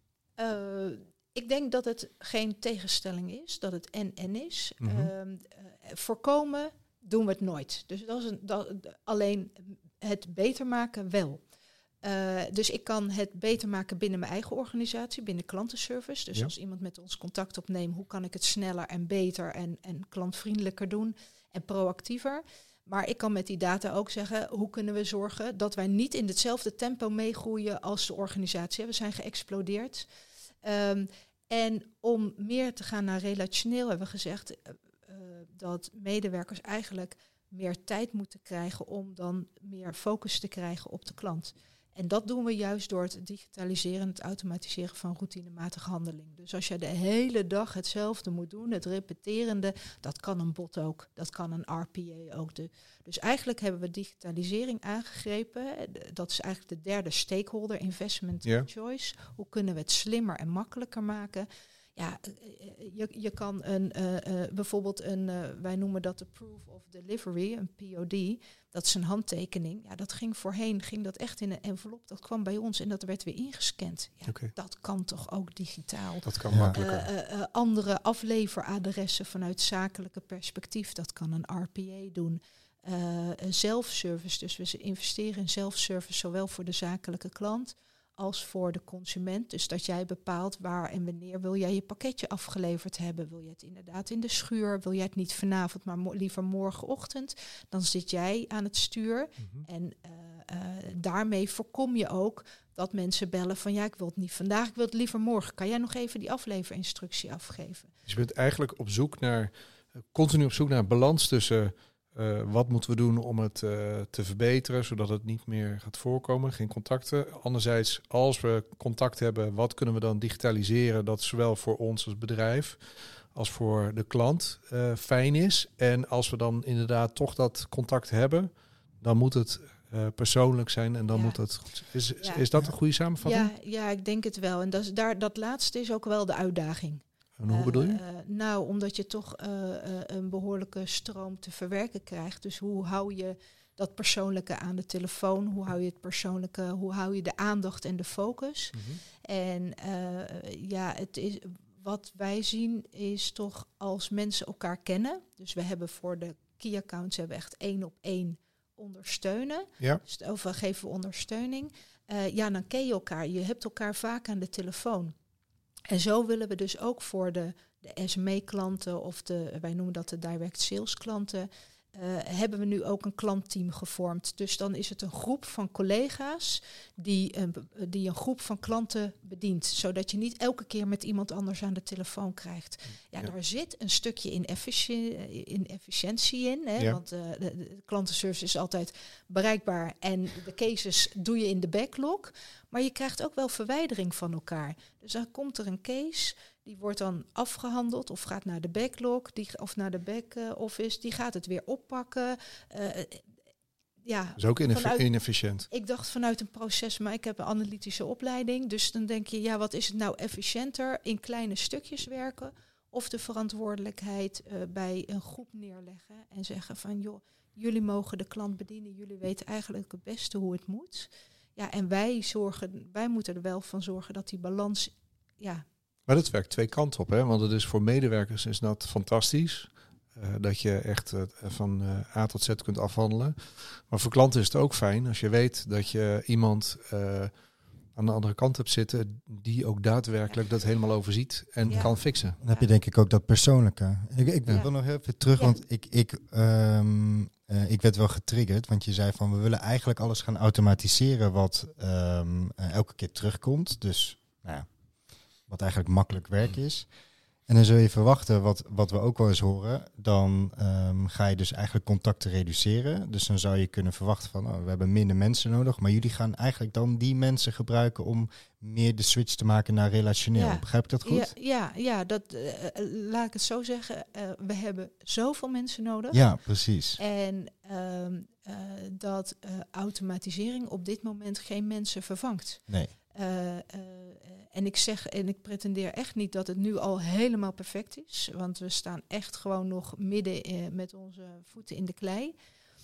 [SPEAKER 3] uh, ik denk dat het geen tegenstelling is, dat het en-en is. Mm-hmm. Uh, uh, voorkomen doen we het nooit. Dus dat is een, dat, alleen het beter maken wel. Uh, dus ik kan het beter maken binnen mijn eigen organisatie, binnen klantenservice. Dus ja. als iemand met ons contact opneemt, hoe kan ik het sneller en beter en, en klantvriendelijker doen en proactiever. Maar ik kan met die data ook zeggen, hoe kunnen we zorgen dat wij niet in hetzelfde tempo meegroeien als de organisatie. We zijn geëxplodeerd. Um, en om meer te gaan naar relationeel hebben we gezegd uh, uh, dat medewerkers eigenlijk meer tijd moeten krijgen om dan meer focus te krijgen op de klant. En dat doen we juist door het digitaliseren en het automatiseren van routinematige handeling. Dus als je de hele dag hetzelfde moet doen, het repeterende, dat kan een bot ook, dat kan een R P A ook. De, dus eigenlijk hebben we digitalisering aangegrepen. Dat is eigenlijk de derde stakeholder, investment yeah. choice. Hoe kunnen we het slimmer en makkelijker maken? Ja, je, je kan een, uh, uh, bijvoorbeeld een, uh, wij noemen dat de proof of delivery, een P O D. Dat is een handtekening. Ja, dat ging voorheen, ging dat echt in een envelop. Dat kwam bij ons en dat werd weer ingescand. Ja, okay. Dat kan toch ook digitaal.
[SPEAKER 2] Dat kan makkelijker.
[SPEAKER 3] Uh, uh, uh, andere afleveradressen vanuit zakelijke perspectief. Dat kan een R P A doen. Uh, een zelfservice, dus we investeren in zelfservice zowel voor de zakelijke klant als voor de consument. Dus dat jij bepaalt waar en wanneer wil jij je pakketje afgeleverd hebben. Wil je het inderdaad in de schuur? Wil jij het niet vanavond, maar mo- liever morgenochtend? Dan zit jij aan het stuur. Mm-hmm. En uh, uh, daarmee voorkom je ook dat mensen bellen van ja, ik wil het niet vandaag, ik wil het liever morgen. Kan jij nog even die afleverinstructie afgeven?
[SPEAKER 2] Dus je bent eigenlijk op zoek naar, continu op zoek naar een balans tussen Uh, wat moeten we doen om het uh, te verbeteren, zodat het niet meer gaat voorkomen, geen contacten. Anderzijds, als we contact hebben, wat kunnen we dan digitaliseren, dat zowel voor ons als bedrijf als voor de klant uh, fijn is. En als we dan inderdaad toch dat contact hebben, dan moet het uh, persoonlijk zijn en dan ja. moet het goed. Is, ja. is dat een goede samenvatting?
[SPEAKER 3] Ja, ja, ik denk het wel. En dat, is daar, dat laatste is ook wel de uitdaging.
[SPEAKER 2] En hoe bedoel je? Uh,
[SPEAKER 3] uh, nou, omdat je toch uh, uh, een behoorlijke stroom te verwerken krijgt. Dus hoe hou je dat persoonlijke aan de telefoon? Hoe hou je het persoonlijke? Hoe hou je de aandacht en de focus? Mm-hmm. En uh, ja, het is, wat wij zien is toch als mensen elkaar kennen. Dus we hebben voor de key accounts hebben we echt één op één ondersteunen.
[SPEAKER 2] Ja.
[SPEAKER 3] Dus of we geven we ondersteuning. Uh, ja, dan ken je elkaar. Je hebt elkaar vaak aan de telefoon. En zo willen we dus ook voor de, de S M E-klanten of de, wij noemen dat de direct sales klanten, uh, hebben we nu ook een klantteam gevormd. Dus dan is het een groep van collega's die een, die een groep van klanten bedient. Zodat je niet elke keer met iemand anders aan de telefoon krijgt. Ja, ja. Daar zit een stukje ineffici- inefficiëntie in. Hè, ja. Want uh, de, de klantenservice is altijd bereikbaar en de cases doe je in de backlog. Maar je krijgt ook wel verwijdering van elkaar. Dus dan komt er een case, die wordt dan afgehandeld of gaat naar de backlog die, of naar de back-office. Die gaat het weer oppakken. Uh, ja,
[SPEAKER 2] dat is ook ineff-
[SPEAKER 3] vanuit,
[SPEAKER 2] inefficiënt.
[SPEAKER 3] Ik dacht vanuit een proces, maar ik heb een analytische opleiding. Dus dan denk je, ja, wat is het nou efficiënter? In kleine stukjes werken of de verantwoordelijkheid uh, bij een groep neerleggen en zeggen van, joh, jullie mogen de klant bedienen. Jullie weten eigenlijk het beste hoe het moet. Ja, en wij zorgen, wij moeten er wel van zorgen dat die balans, ja.
[SPEAKER 2] Maar dat werkt twee kanten op, hè? Want het is voor medewerkers is dat fantastisch. Uh, dat je echt uh, van uh, A tot Z kunt afhandelen. Maar voor klanten is het ook fijn als je weet dat je iemand uh, aan de andere kant hebt zitten die ook daadwerkelijk dat helemaal overziet en
[SPEAKER 3] Ja.
[SPEAKER 2] kan fixen.
[SPEAKER 1] Dan heb je denk ik ook dat persoonlijke. Ik, ik
[SPEAKER 3] Ja.
[SPEAKER 1] wil nog even terug,
[SPEAKER 3] Ja.
[SPEAKER 1] want ik, ik, um, uh, ik werd wel getriggerd. Want je zei van, we willen eigenlijk alles gaan automatiseren wat um, uh, elke keer terugkomt. Dus, nou ja, wat eigenlijk makkelijk werk is. En dan zul je verwachten, wat, wat we ook wel eens horen, dan um, ga je dus eigenlijk contacten reduceren. Dus dan zou je kunnen verwachten van, oh, we hebben minder mensen nodig. Maar jullie gaan eigenlijk dan die mensen gebruiken om meer de switch te maken naar relationeel.
[SPEAKER 3] Ja.
[SPEAKER 1] Begrijp ik dat goed?
[SPEAKER 3] Ja, ja, ja dat, uh, laat ik het zo zeggen. Uh, we hebben zoveel mensen nodig.
[SPEAKER 1] Ja, precies.
[SPEAKER 3] En um, uh, dat uh, automatisering op dit moment geen mensen vervangt.
[SPEAKER 1] Nee.
[SPEAKER 3] Uh, uh, en ik zeg, en ik pretendeer echt niet dat het nu al helemaal perfect is. Want we staan echt gewoon nog midden uh, met onze voeten in de klei.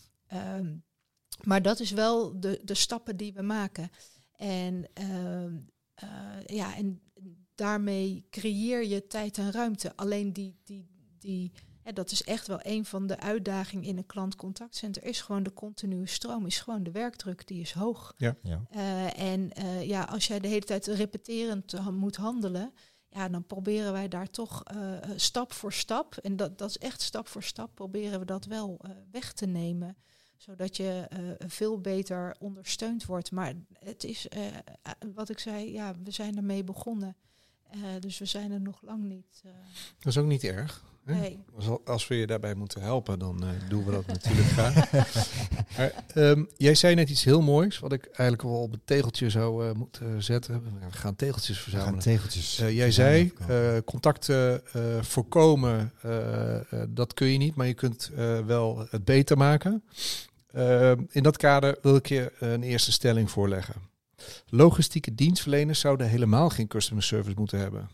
[SPEAKER 3] Um, maar dat is wel de, de stappen die we maken. En, uh, uh, ja, en daarmee creëer je tijd en ruimte. Alleen die, die, die, ja, dat is echt wel een van de uitdagingen in een klantcontactcenter. Is gewoon de continue stroom, is gewoon de werkdruk, die is hoog.
[SPEAKER 2] Ja.
[SPEAKER 1] Ja.
[SPEAKER 3] Uh, en uh, ja, als jij de hele tijd repeterend ha- moet handelen, ja, dan proberen wij daar toch uh, stap voor stap, en dat, dat is echt stap voor stap, proberen we dat wel uh, weg te nemen. Zodat je uh, veel beter ondersteund wordt. Maar het is, uh, wat ik zei, ja, we zijn ermee begonnen. Uh, dus we zijn er nog lang niet. Uh,
[SPEAKER 2] Dat is ook niet erg. Hè?
[SPEAKER 3] nee.
[SPEAKER 2] Als, als we je daarbij moeten helpen, dan uh, doen we dat natuurlijk graag. Maar, um, jij zei net iets heel moois, wat ik eigenlijk wel op het tegeltje zou uh, moeten uh, zetten. We gaan tegeltjes
[SPEAKER 1] We
[SPEAKER 2] verzamelen.
[SPEAKER 1] gaan tegeltjes.
[SPEAKER 2] Uh, jij zei, uh, contacten uh, voorkomen, uh, uh, dat kun je niet, maar je kunt uh, wel het beter maken. Uh, in dat kader wil ik je een eerste stelling voorleggen. Logistieke dienstverleners zouden helemaal geen customer service moeten hebben.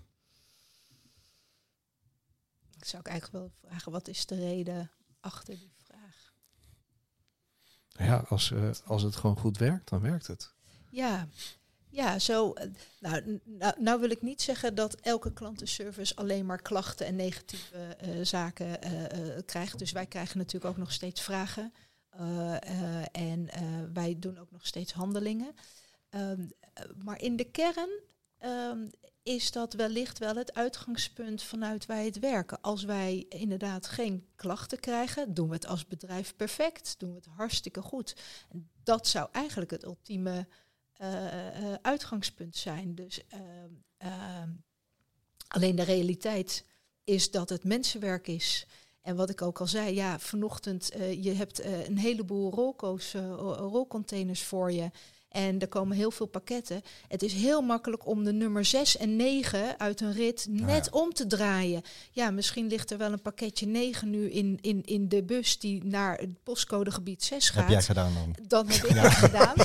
[SPEAKER 3] Ik zou ook eigenlijk wel vragen, wat is de reden achter die vraag?
[SPEAKER 2] Ja, als, uh, als het gewoon goed werkt, dan werkt het.
[SPEAKER 3] Ja, ja zo. Nou, nou, nou wil ik niet zeggen dat elke klantenservice alleen maar klachten en negatieve uh, zaken uh, uh, krijgt. Dus wij krijgen natuurlijk ook nog steeds vragen. Uh, uh, en uh, wij doen ook nog steeds handelingen. Um, uh, maar in de kern um, is dat wellicht wel het uitgangspunt vanuit wij het werken. Als wij inderdaad geen klachten krijgen, doen we het als bedrijf perfect. Doen we het hartstikke goed. En dat zou eigenlijk het ultieme uh, uh, uitgangspunt zijn. Dus uh, uh, alleen de realiteit is dat het mensenwerk is. En wat ik ook al zei, ja, vanochtend, uh, je hebt uh, een heleboel rolco's, uh, rolcontainers voor je. En er komen heel veel pakketten. Het is heel makkelijk om de nummer zes en negen uit een rit net ja. om te draaien. Ja, misschien ligt er wel een pakketje negen nu in, in, in de bus die naar het postcodegebied zes gaat.
[SPEAKER 1] Heb jij gedaan dan?
[SPEAKER 3] Dan heb ik ja. het gedaan.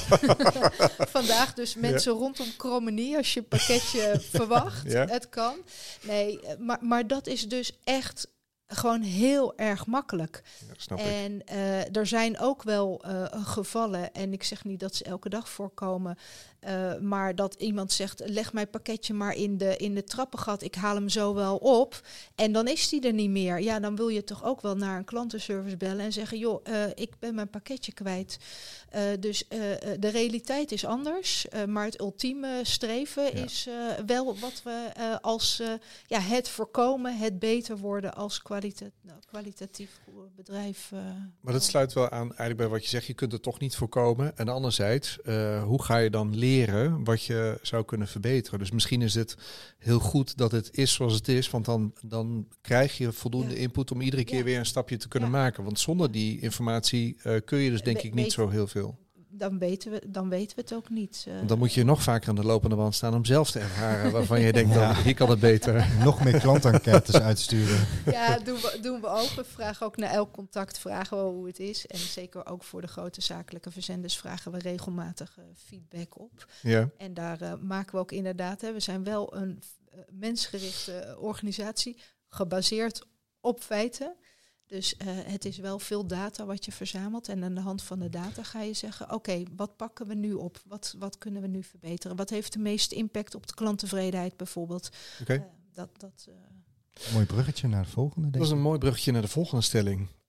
[SPEAKER 3] Vandaag dus mensen ja. rondom Krommenie als je een pakketje verwacht. Ja. Het kan. Nee, maar, maar dat is dus echt gewoon heel erg makkelijk.
[SPEAKER 2] Ja, snap
[SPEAKER 3] en uh, er zijn ook wel uh, gevallen, en ik zeg niet dat ze elke dag voorkomen, uh, maar dat iemand zegt, leg mijn pakketje maar in de, in de trappengat, ik haal hem zo wel op. En dan is die er niet meer. Ja, dan wil je toch ook wel naar een klantenservice bellen en zeggen, joh, uh, ik ben mijn pakketje kwijt. Uh, dus uh, de realiteit is anders, uh, maar het ultieme streven ja. is uh, wel wat we uh, als uh, ja, het voorkomen, het beter worden als kwalita- nou, kwalitatief bedrijf. Uh,
[SPEAKER 2] maar dat sluit wel aan eigenlijk bij wat je zegt, je kunt het toch niet voorkomen. En anderzijds, uh, hoe ga je dan leren wat je zou kunnen verbeteren? Dus misschien is het heel goed dat het is zoals het is, want dan, dan krijg je voldoende ja. input om iedere keer ja. weer een stapje te kunnen ja. maken. Want zonder die informatie uh, kun je dus denk ik niet zo heel veel.
[SPEAKER 3] dan weten we, dan weten we het ook niet. Uh,
[SPEAKER 2] Dan moet je nog vaker aan de lopende band staan om zelf te ervaren waarvan je denkt, ja. dan, hier kan het beter.
[SPEAKER 1] Nog meer klantenquêtes uitsturen.
[SPEAKER 3] Ja, doen we, doen we ook. We vragen ook naar elk contact, vragen we hoe het is. En zeker ook voor de grote zakelijke verzenders vragen we regelmatig uh, feedback op.
[SPEAKER 2] Ja.
[SPEAKER 3] En daar uh, maken we ook inderdaad, hè, we zijn wel een uh, mensgerichte organisatie, gebaseerd op feiten. Dus uh, het is wel veel data wat je verzamelt. En aan de hand van de data ga je zeggen, oké, okay, wat pakken we nu op? Wat, wat kunnen we nu verbeteren? Wat heeft de meeste impact op de klanttevredenheid bijvoorbeeld?
[SPEAKER 2] Okay.
[SPEAKER 3] Uh, dat, dat, uh...
[SPEAKER 1] Mooi bruggetje naar de volgende. Denk
[SPEAKER 2] dat is een mooi bruggetje naar de volgende stelling. Uh,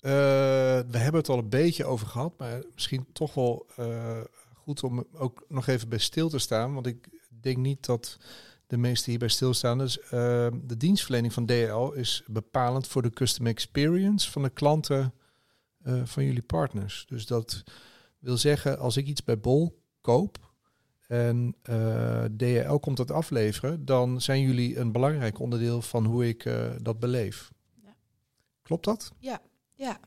[SPEAKER 2] we hebben het al een beetje over gehad, maar misschien toch wel uh, goed om ook nog even bij stil te staan. Want ik denk niet dat de meesten hierbij stilstaan. Dus uh, de dienstverlening van D H L is bepalend voor de customer experience van de klanten uh, van jullie partners. Dus dat wil zeggen, als ik iets bij Bol koop en uh, D H L komt dat afleveren, dan zijn jullie een belangrijk onderdeel van hoe ik uh, dat beleef. Ja. Klopt dat?
[SPEAKER 3] Ja, ja.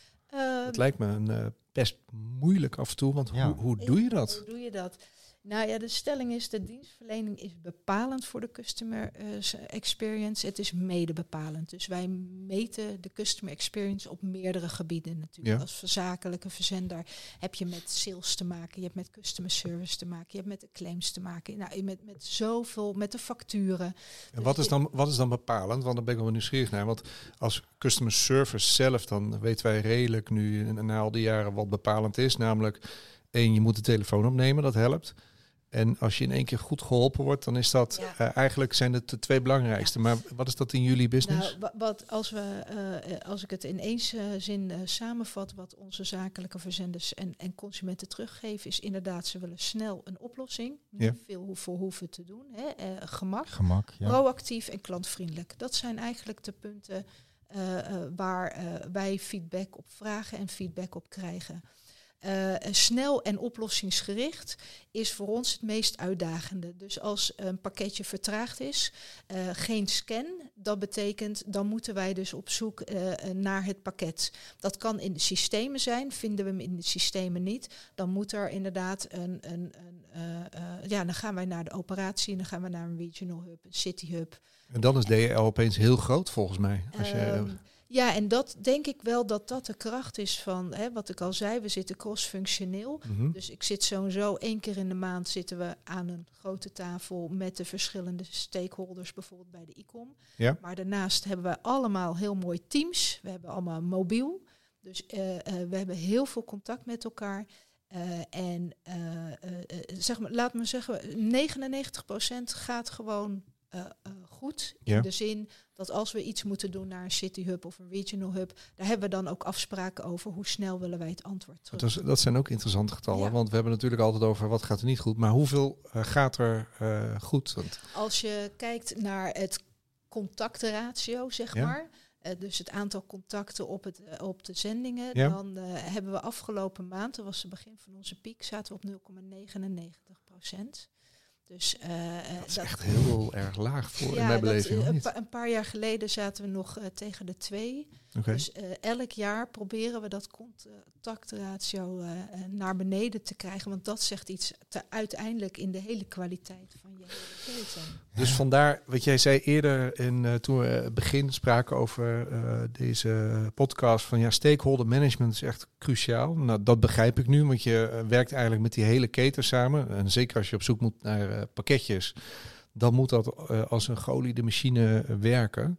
[SPEAKER 2] Uh, het lijkt me een uh, best moeilijk af en toe, want ja. hoe, hoe doe je dat?
[SPEAKER 3] Hoe doe je dat? Nou ja, de stelling is, de dienstverlening is bepalend voor de customer uh, experience. Het is mede bepalend. Dus wij meten de customer experience op meerdere gebieden natuurlijk. Ja. Als zakelijke verzender heb je met sales te maken, je hebt met customer service te maken, je hebt met de claims te maken, nou, met, met zoveel, met de facturen.
[SPEAKER 2] En
[SPEAKER 3] dus
[SPEAKER 2] wat is dan, wat is dan bepalend? Want daar ben ik wel nieuwsgierig naar. Want als customer service zelf, dan weten wij redelijk nu na al die jaren wat bepalend is. Namelijk, één, je moet de telefoon opnemen, dat helpt. En als je in één keer goed geholpen wordt, dan is dat ja. uh, eigenlijk zijn het de twee belangrijkste. Ja. Maar wat is dat in jullie business?
[SPEAKER 3] Nou, wat als we, uh, als ik het in één uh, zin uh, samenvat, wat onze zakelijke verzenders en, en consumenten teruggeven, is inderdaad, ze willen snel een oplossing. Niet ja. veel voor hoeven te doen. Hè. Uh, gemak,
[SPEAKER 1] gemak ja.
[SPEAKER 3] proactief en klantvriendelijk. Dat zijn eigenlijk de punten uh, uh, waar uh, wij feedback op vragen en feedback op krijgen. Uh, snel en oplossingsgericht is voor ons het meest uitdagende. Dus als een pakketje vertraagd is, uh, geen scan, dat betekent dan moeten wij dus op zoek uh, naar het pakket. Dat kan in de systemen zijn, vinden we hem in de systemen niet, dan moet er inderdaad een, een, een uh, uh, ja, dan gaan wij naar de operatie en dan gaan we naar een regional hub, een city hub.
[SPEAKER 2] En dan is D H L opeens heel groot volgens mij. Als je,
[SPEAKER 3] um, Ja, en dat denk ik wel dat dat de kracht is van, hè, wat ik al zei, we zitten cross-functioneel. Mm-hmm. Dus ik zit sowieso één keer in de maand zitten we aan een grote tafel met de verschillende stakeholders, bijvoorbeeld bij de I C O M. Ja. Maar daarnaast hebben we allemaal heel mooi teams. We hebben allemaal mobiel. Dus uh, uh, we hebben heel veel contact met elkaar. Uh, en uh, uh, uh, zeg maar, laat me zeggen, negenennegentig procent gaat gewoon Uh, uh, goed. Ja. In de zin dat als we iets moeten doen naar een city hub of een regional hub, daar hebben we dan ook afspraken over hoe snel willen wij het antwoord terug.
[SPEAKER 2] Dat, is, dat zijn ook interessante getallen, ja. Want we hebben natuurlijk altijd over wat gaat er niet goed, maar hoeveel uh, gaat er uh, goed? Want
[SPEAKER 3] als je kijkt naar het contactratio, zeg ja. maar, uh, dus het aantal contacten op, het, uh, op de zendingen, ja. dan uh, hebben we afgelopen maand, dat was het begin van onze piek, zaten we op nul komma negenennegentig procent. Dus, uh,
[SPEAKER 2] dat is dat, echt heel erg laag voor ja, in mijn beleving.
[SPEAKER 3] Dat, een, pa- een paar jaar geleden zaten we nog uh, tegen de twee. Okay. Dus uh, elk jaar proberen we dat contactratio uh, naar beneden te krijgen. Want dat zegt iets te uiteindelijk in de hele kwaliteit van je hele keten.
[SPEAKER 2] Dus vandaar wat jij zei eerder in, uh, toen we het begin spraken over uh, deze podcast. Van ja, stakeholder management is echt cruciaal. Nou, dat begrijp ik nu, want je uh, werkt eigenlijk met die hele keten samen. En zeker als je op zoek moet naar uh, pakketjes, dan moet dat uh, als een geoliede machine uh, werken.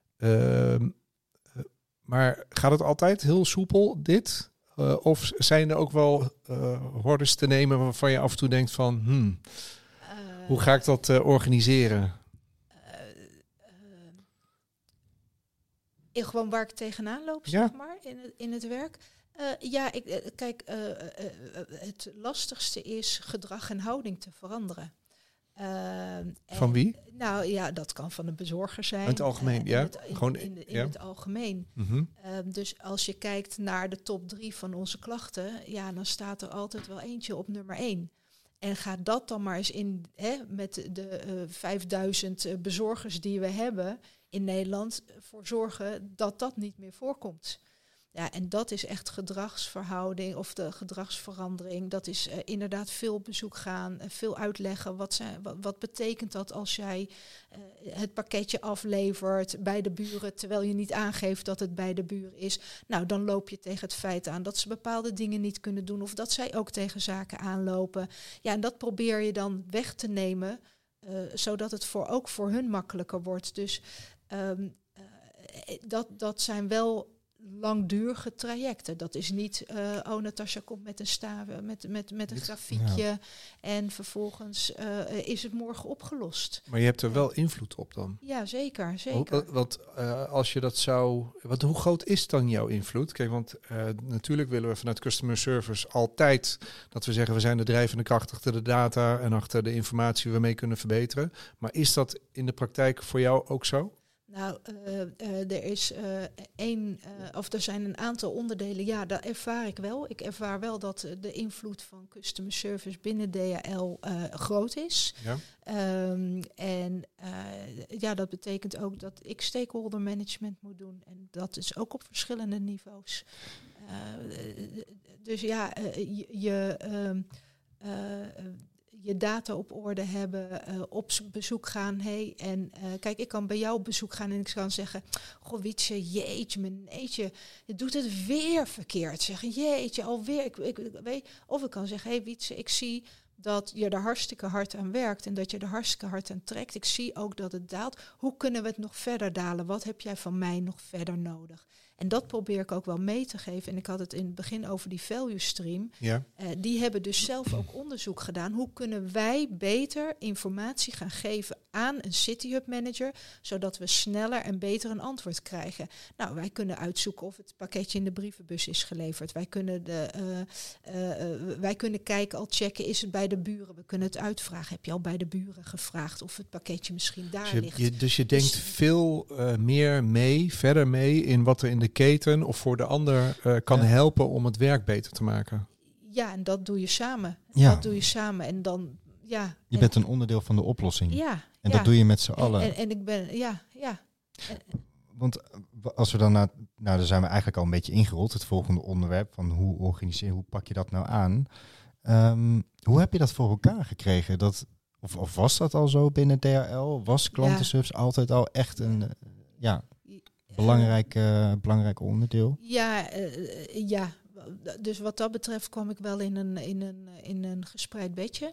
[SPEAKER 2] Uh, Maar gaat het altijd heel soepel, dit? Uh, of zijn er ook wel uh, hordes te nemen waarvan je af en toe denkt van, hmm, uh, hoe ga ik dat uh, organiseren? Uh,
[SPEAKER 3] uh, gewoon waar ik tegenaan loop, ja. zeg maar, in het, in het werk. Uh, ja, ik, uh, kijk, uh, uh, uh, het lastigste is gedrag en houding te veranderen. Uh,
[SPEAKER 2] van wie?
[SPEAKER 3] En, nou ja, dat kan van een bezorger zijn.
[SPEAKER 2] In het algemeen, uh, ja.
[SPEAKER 3] In het, in,
[SPEAKER 2] Gewoon
[SPEAKER 3] in, de, in
[SPEAKER 2] ja.
[SPEAKER 3] het algemeen.
[SPEAKER 2] Mm-hmm.
[SPEAKER 3] Uh, dus als je kijkt naar de top drie van onze klachten, ja, dan staat er altijd wel eentje op nummer één. En ga dat dan maar eens in, hè, met de uh, vijfduizend uh, bezorgers die we hebben in Nederland, voor zorgen dat dat niet meer voorkomt. Ja, en dat is echt gedragsverhouding of de gedragsverandering. Dat is uh, inderdaad veel op bezoek gaan, uh, veel uitleggen. Wat, zijn, wat, wat betekent dat als jij uh, het pakketje aflevert bij de buren, terwijl je niet aangeeft dat het bij de buren is? Nou, dan loop je tegen het feit aan dat ze bepaalde dingen niet kunnen doen of dat zij ook tegen zaken aanlopen. Ja, en dat probeer je dan weg te nemen, uh, zodat het voor, ook voor hun makkelijker wordt. Dus um, uh, dat, dat zijn wel langdurige trajecten. Dat is niet, uh, oh, Natasja komt met een staven, met, met, met een grafiekje ja. en vervolgens uh, is het morgen opgelost.
[SPEAKER 2] Maar je hebt er wel invloed op dan?
[SPEAKER 3] Ja, zeker. zeker.
[SPEAKER 2] Want uh, als je dat zou... Wat, hoe groot is dan jouw invloed? Kijk, want uh, natuurlijk willen we vanuit customer service altijd dat we zeggen we zijn de drijvende kracht achter de data en achter de informatie die we mee kunnen verbeteren. Maar is dat in de praktijk voor jou ook zo?
[SPEAKER 3] Nou, uh, uh, er is uh, één, uh, of er zijn een aantal onderdelen. Ja, dat ervaar ik wel. Ik ervaar wel dat uh, de invloed van customer service binnen D H L uh, groot is. Ja. Um, en uh, ja, dat betekent ook dat ik stakeholder management moet doen. En dat is ook op verschillende niveaus. Uh, dus ja, uh, je... je um, uh, je data op orde hebben, uh, op bezoek gaan. Hey, en uh, kijk, ik kan bij jou op bezoek gaan en ik kan zeggen, goh, Wietse, jeetje, meneetje, je doet het weer verkeerd. Zeggen, jeetje, alweer. Ik, ik, ik, weet, of ik kan zeggen, hey Wietse, ik zie dat je er hartstikke hard aan werkt en dat je er hartstikke hard aan trekt. Ik zie ook dat het daalt. Hoe kunnen we het nog verder dalen? Wat heb jij van mij nog verder nodig? En dat probeer ik ook wel mee te geven. En ik had het in het begin over die value stream. Ja. Uh, die hebben dus zelf ook onderzoek gedaan. Hoe kunnen wij beter informatie gaan geven aan een City Hub manager, zodat we sneller en beter een antwoord krijgen? Nou, wij kunnen uitzoeken of het pakketje in de brievenbus is geleverd. Wij kunnen, de, uh, uh, uh, wij kunnen kijken, al checken, is het bij de buren? We kunnen het uitvragen. Heb je al bij de buren gevraagd of het pakketje misschien daar
[SPEAKER 2] dus je,
[SPEAKER 3] ligt?
[SPEAKER 2] Je, dus je denkt dus veel uh, meer mee, verder mee in wat er in de keten of voor de ander uh, kan ja. helpen om het werk beter te maken.
[SPEAKER 3] Ja, en dat doe je samen.
[SPEAKER 1] Ja.
[SPEAKER 3] Dat doe je samen en dan, ja.
[SPEAKER 1] Je
[SPEAKER 3] en,
[SPEAKER 1] bent een onderdeel van de oplossing.
[SPEAKER 3] Ja.
[SPEAKER 1] En
[SPEAKER 3] ja.
[SPEAKER 1] dat doe je met z'n allen.
[SPEAKER 3] En, en, en ik ben, ja, ja.
[SPEAKER 1] Want als we dan naar, nou, dan zijn we eigenlijk al een beetje ingerold. Het volgende onderwerp van hoe organiseer, hoe pak je dat nou aan? Um, hoe heb je dat voor elkaar gekregen? Dat, of, of was dat al zo binnen D H L? Was klantenservice ja. altijd al echt een, uh, ja, belangrijk, uh, belangrijk onderdeel?
[SPEAKER 3] Ja, uh, ja. Dus wat dat betreft kwam ik wel in een, in een, in een gespreid bedje.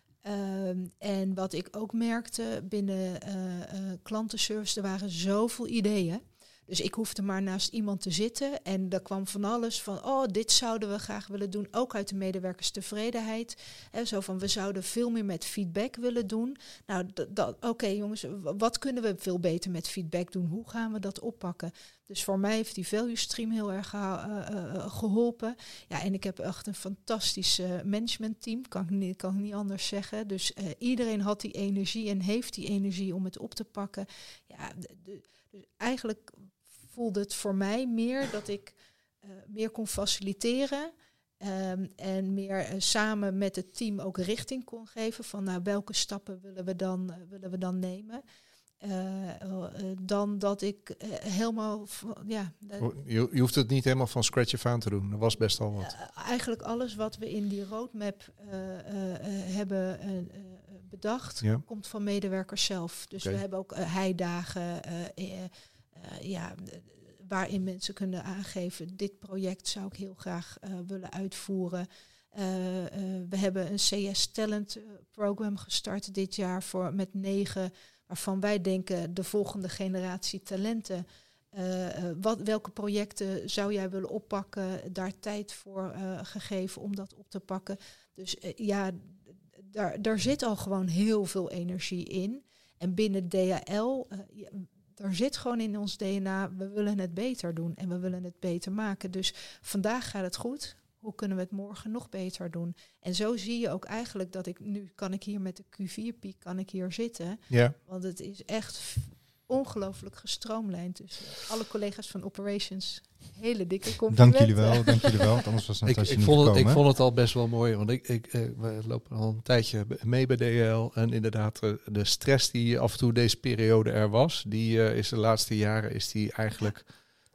[SPEAKER 3] Um, en wat ik ook merkte binnen uh, uh, klantenservice, er waren zoveel ideeën. Dus ik hoefde maar naast iemand te zitten en er kwam van alles van, oh, dit zouden we graag willen doen, ook uit de medewerkerstevredenheid. En zo van, we zouden veel meer met feedback willen doen. Nou, d- d- oké okay, jongens, wat kunnen we veel beter met feedback doen? Hoe gaan we dat oppakken? Dus voor mij heeft die value stream heel erg uh, uh, geholpen. Ja, en ik heb echt een fantastisch uh, managementteam, kan ik niet, kan ik niet anders zeggen. Dus uh, iedereen had die energie en heeft die energie om het op te pakken. Ja, de, de, dus eigenlijk voelde het voor mij meer dat ik uh, meer kon faciliteren um, en meer uh, samen met het team ook richting kon geven van nou, welke stappen willen we dan, uh, willen we dan nemen. Uh, uh, dan dat ik uh, helemaal... V- ja,
[SPEAKER 2] je, je hoeft het niet helemaal van scratch af aan te doen. Dat was best al wat.
[SPEAKER 3] Uh, eigenlijk alles wat we in die roadmap uh, uh, uh, hebben uh, uh, bedacht, ja. komt van medewerkers zelf. Dus okay. we hebben ook uh, heidagen, uh, uh, uh, ja, waarin mensen kunnen aangeven, dit project zou ik heel graag uh, willen uitvoeren. Uh, uh, we hebben een C S Talent uh, program gestart dit jaar voor met negen, waarvan wij denken de volgende generatie talenten. Uh, uh, wat, welke projecten zou jij willen oppakken, daar tijd voor uh, gegeven om dat op te pakken. Dus uh, ja, daar, daar zit al gewoon heel veel energie in. En binnen D H L, uh, ja, er zit gewoon in ons D N A, we willen het beter doen en we willen het beter maken. Dus vandaag gaat het goed. Hoe kunnen we het morgen nog beter doen? En zo zie je ook eigenlijk dat ik nu kan ik hier met de Q vier piek kan ik hier zitten. Ja. Want het is echt f- ongelooflijk gestroomlijnd. Dus uh, alle collega's van Operations, hele dikke complimenten.
[SPEAKER 1] Dank jullie wel, dank jullie wel. Want anders was het
[SPEAKER 2] ik, ik, vond het, ik vond het al best wel mooi. Want ik, ik, uh, we lopen al een tijdje mee bij D H L. En inderdaad, uh, de stress die af en toe deze periode er was, die uh, is de laatste jaren is die eigenlijk... Ja.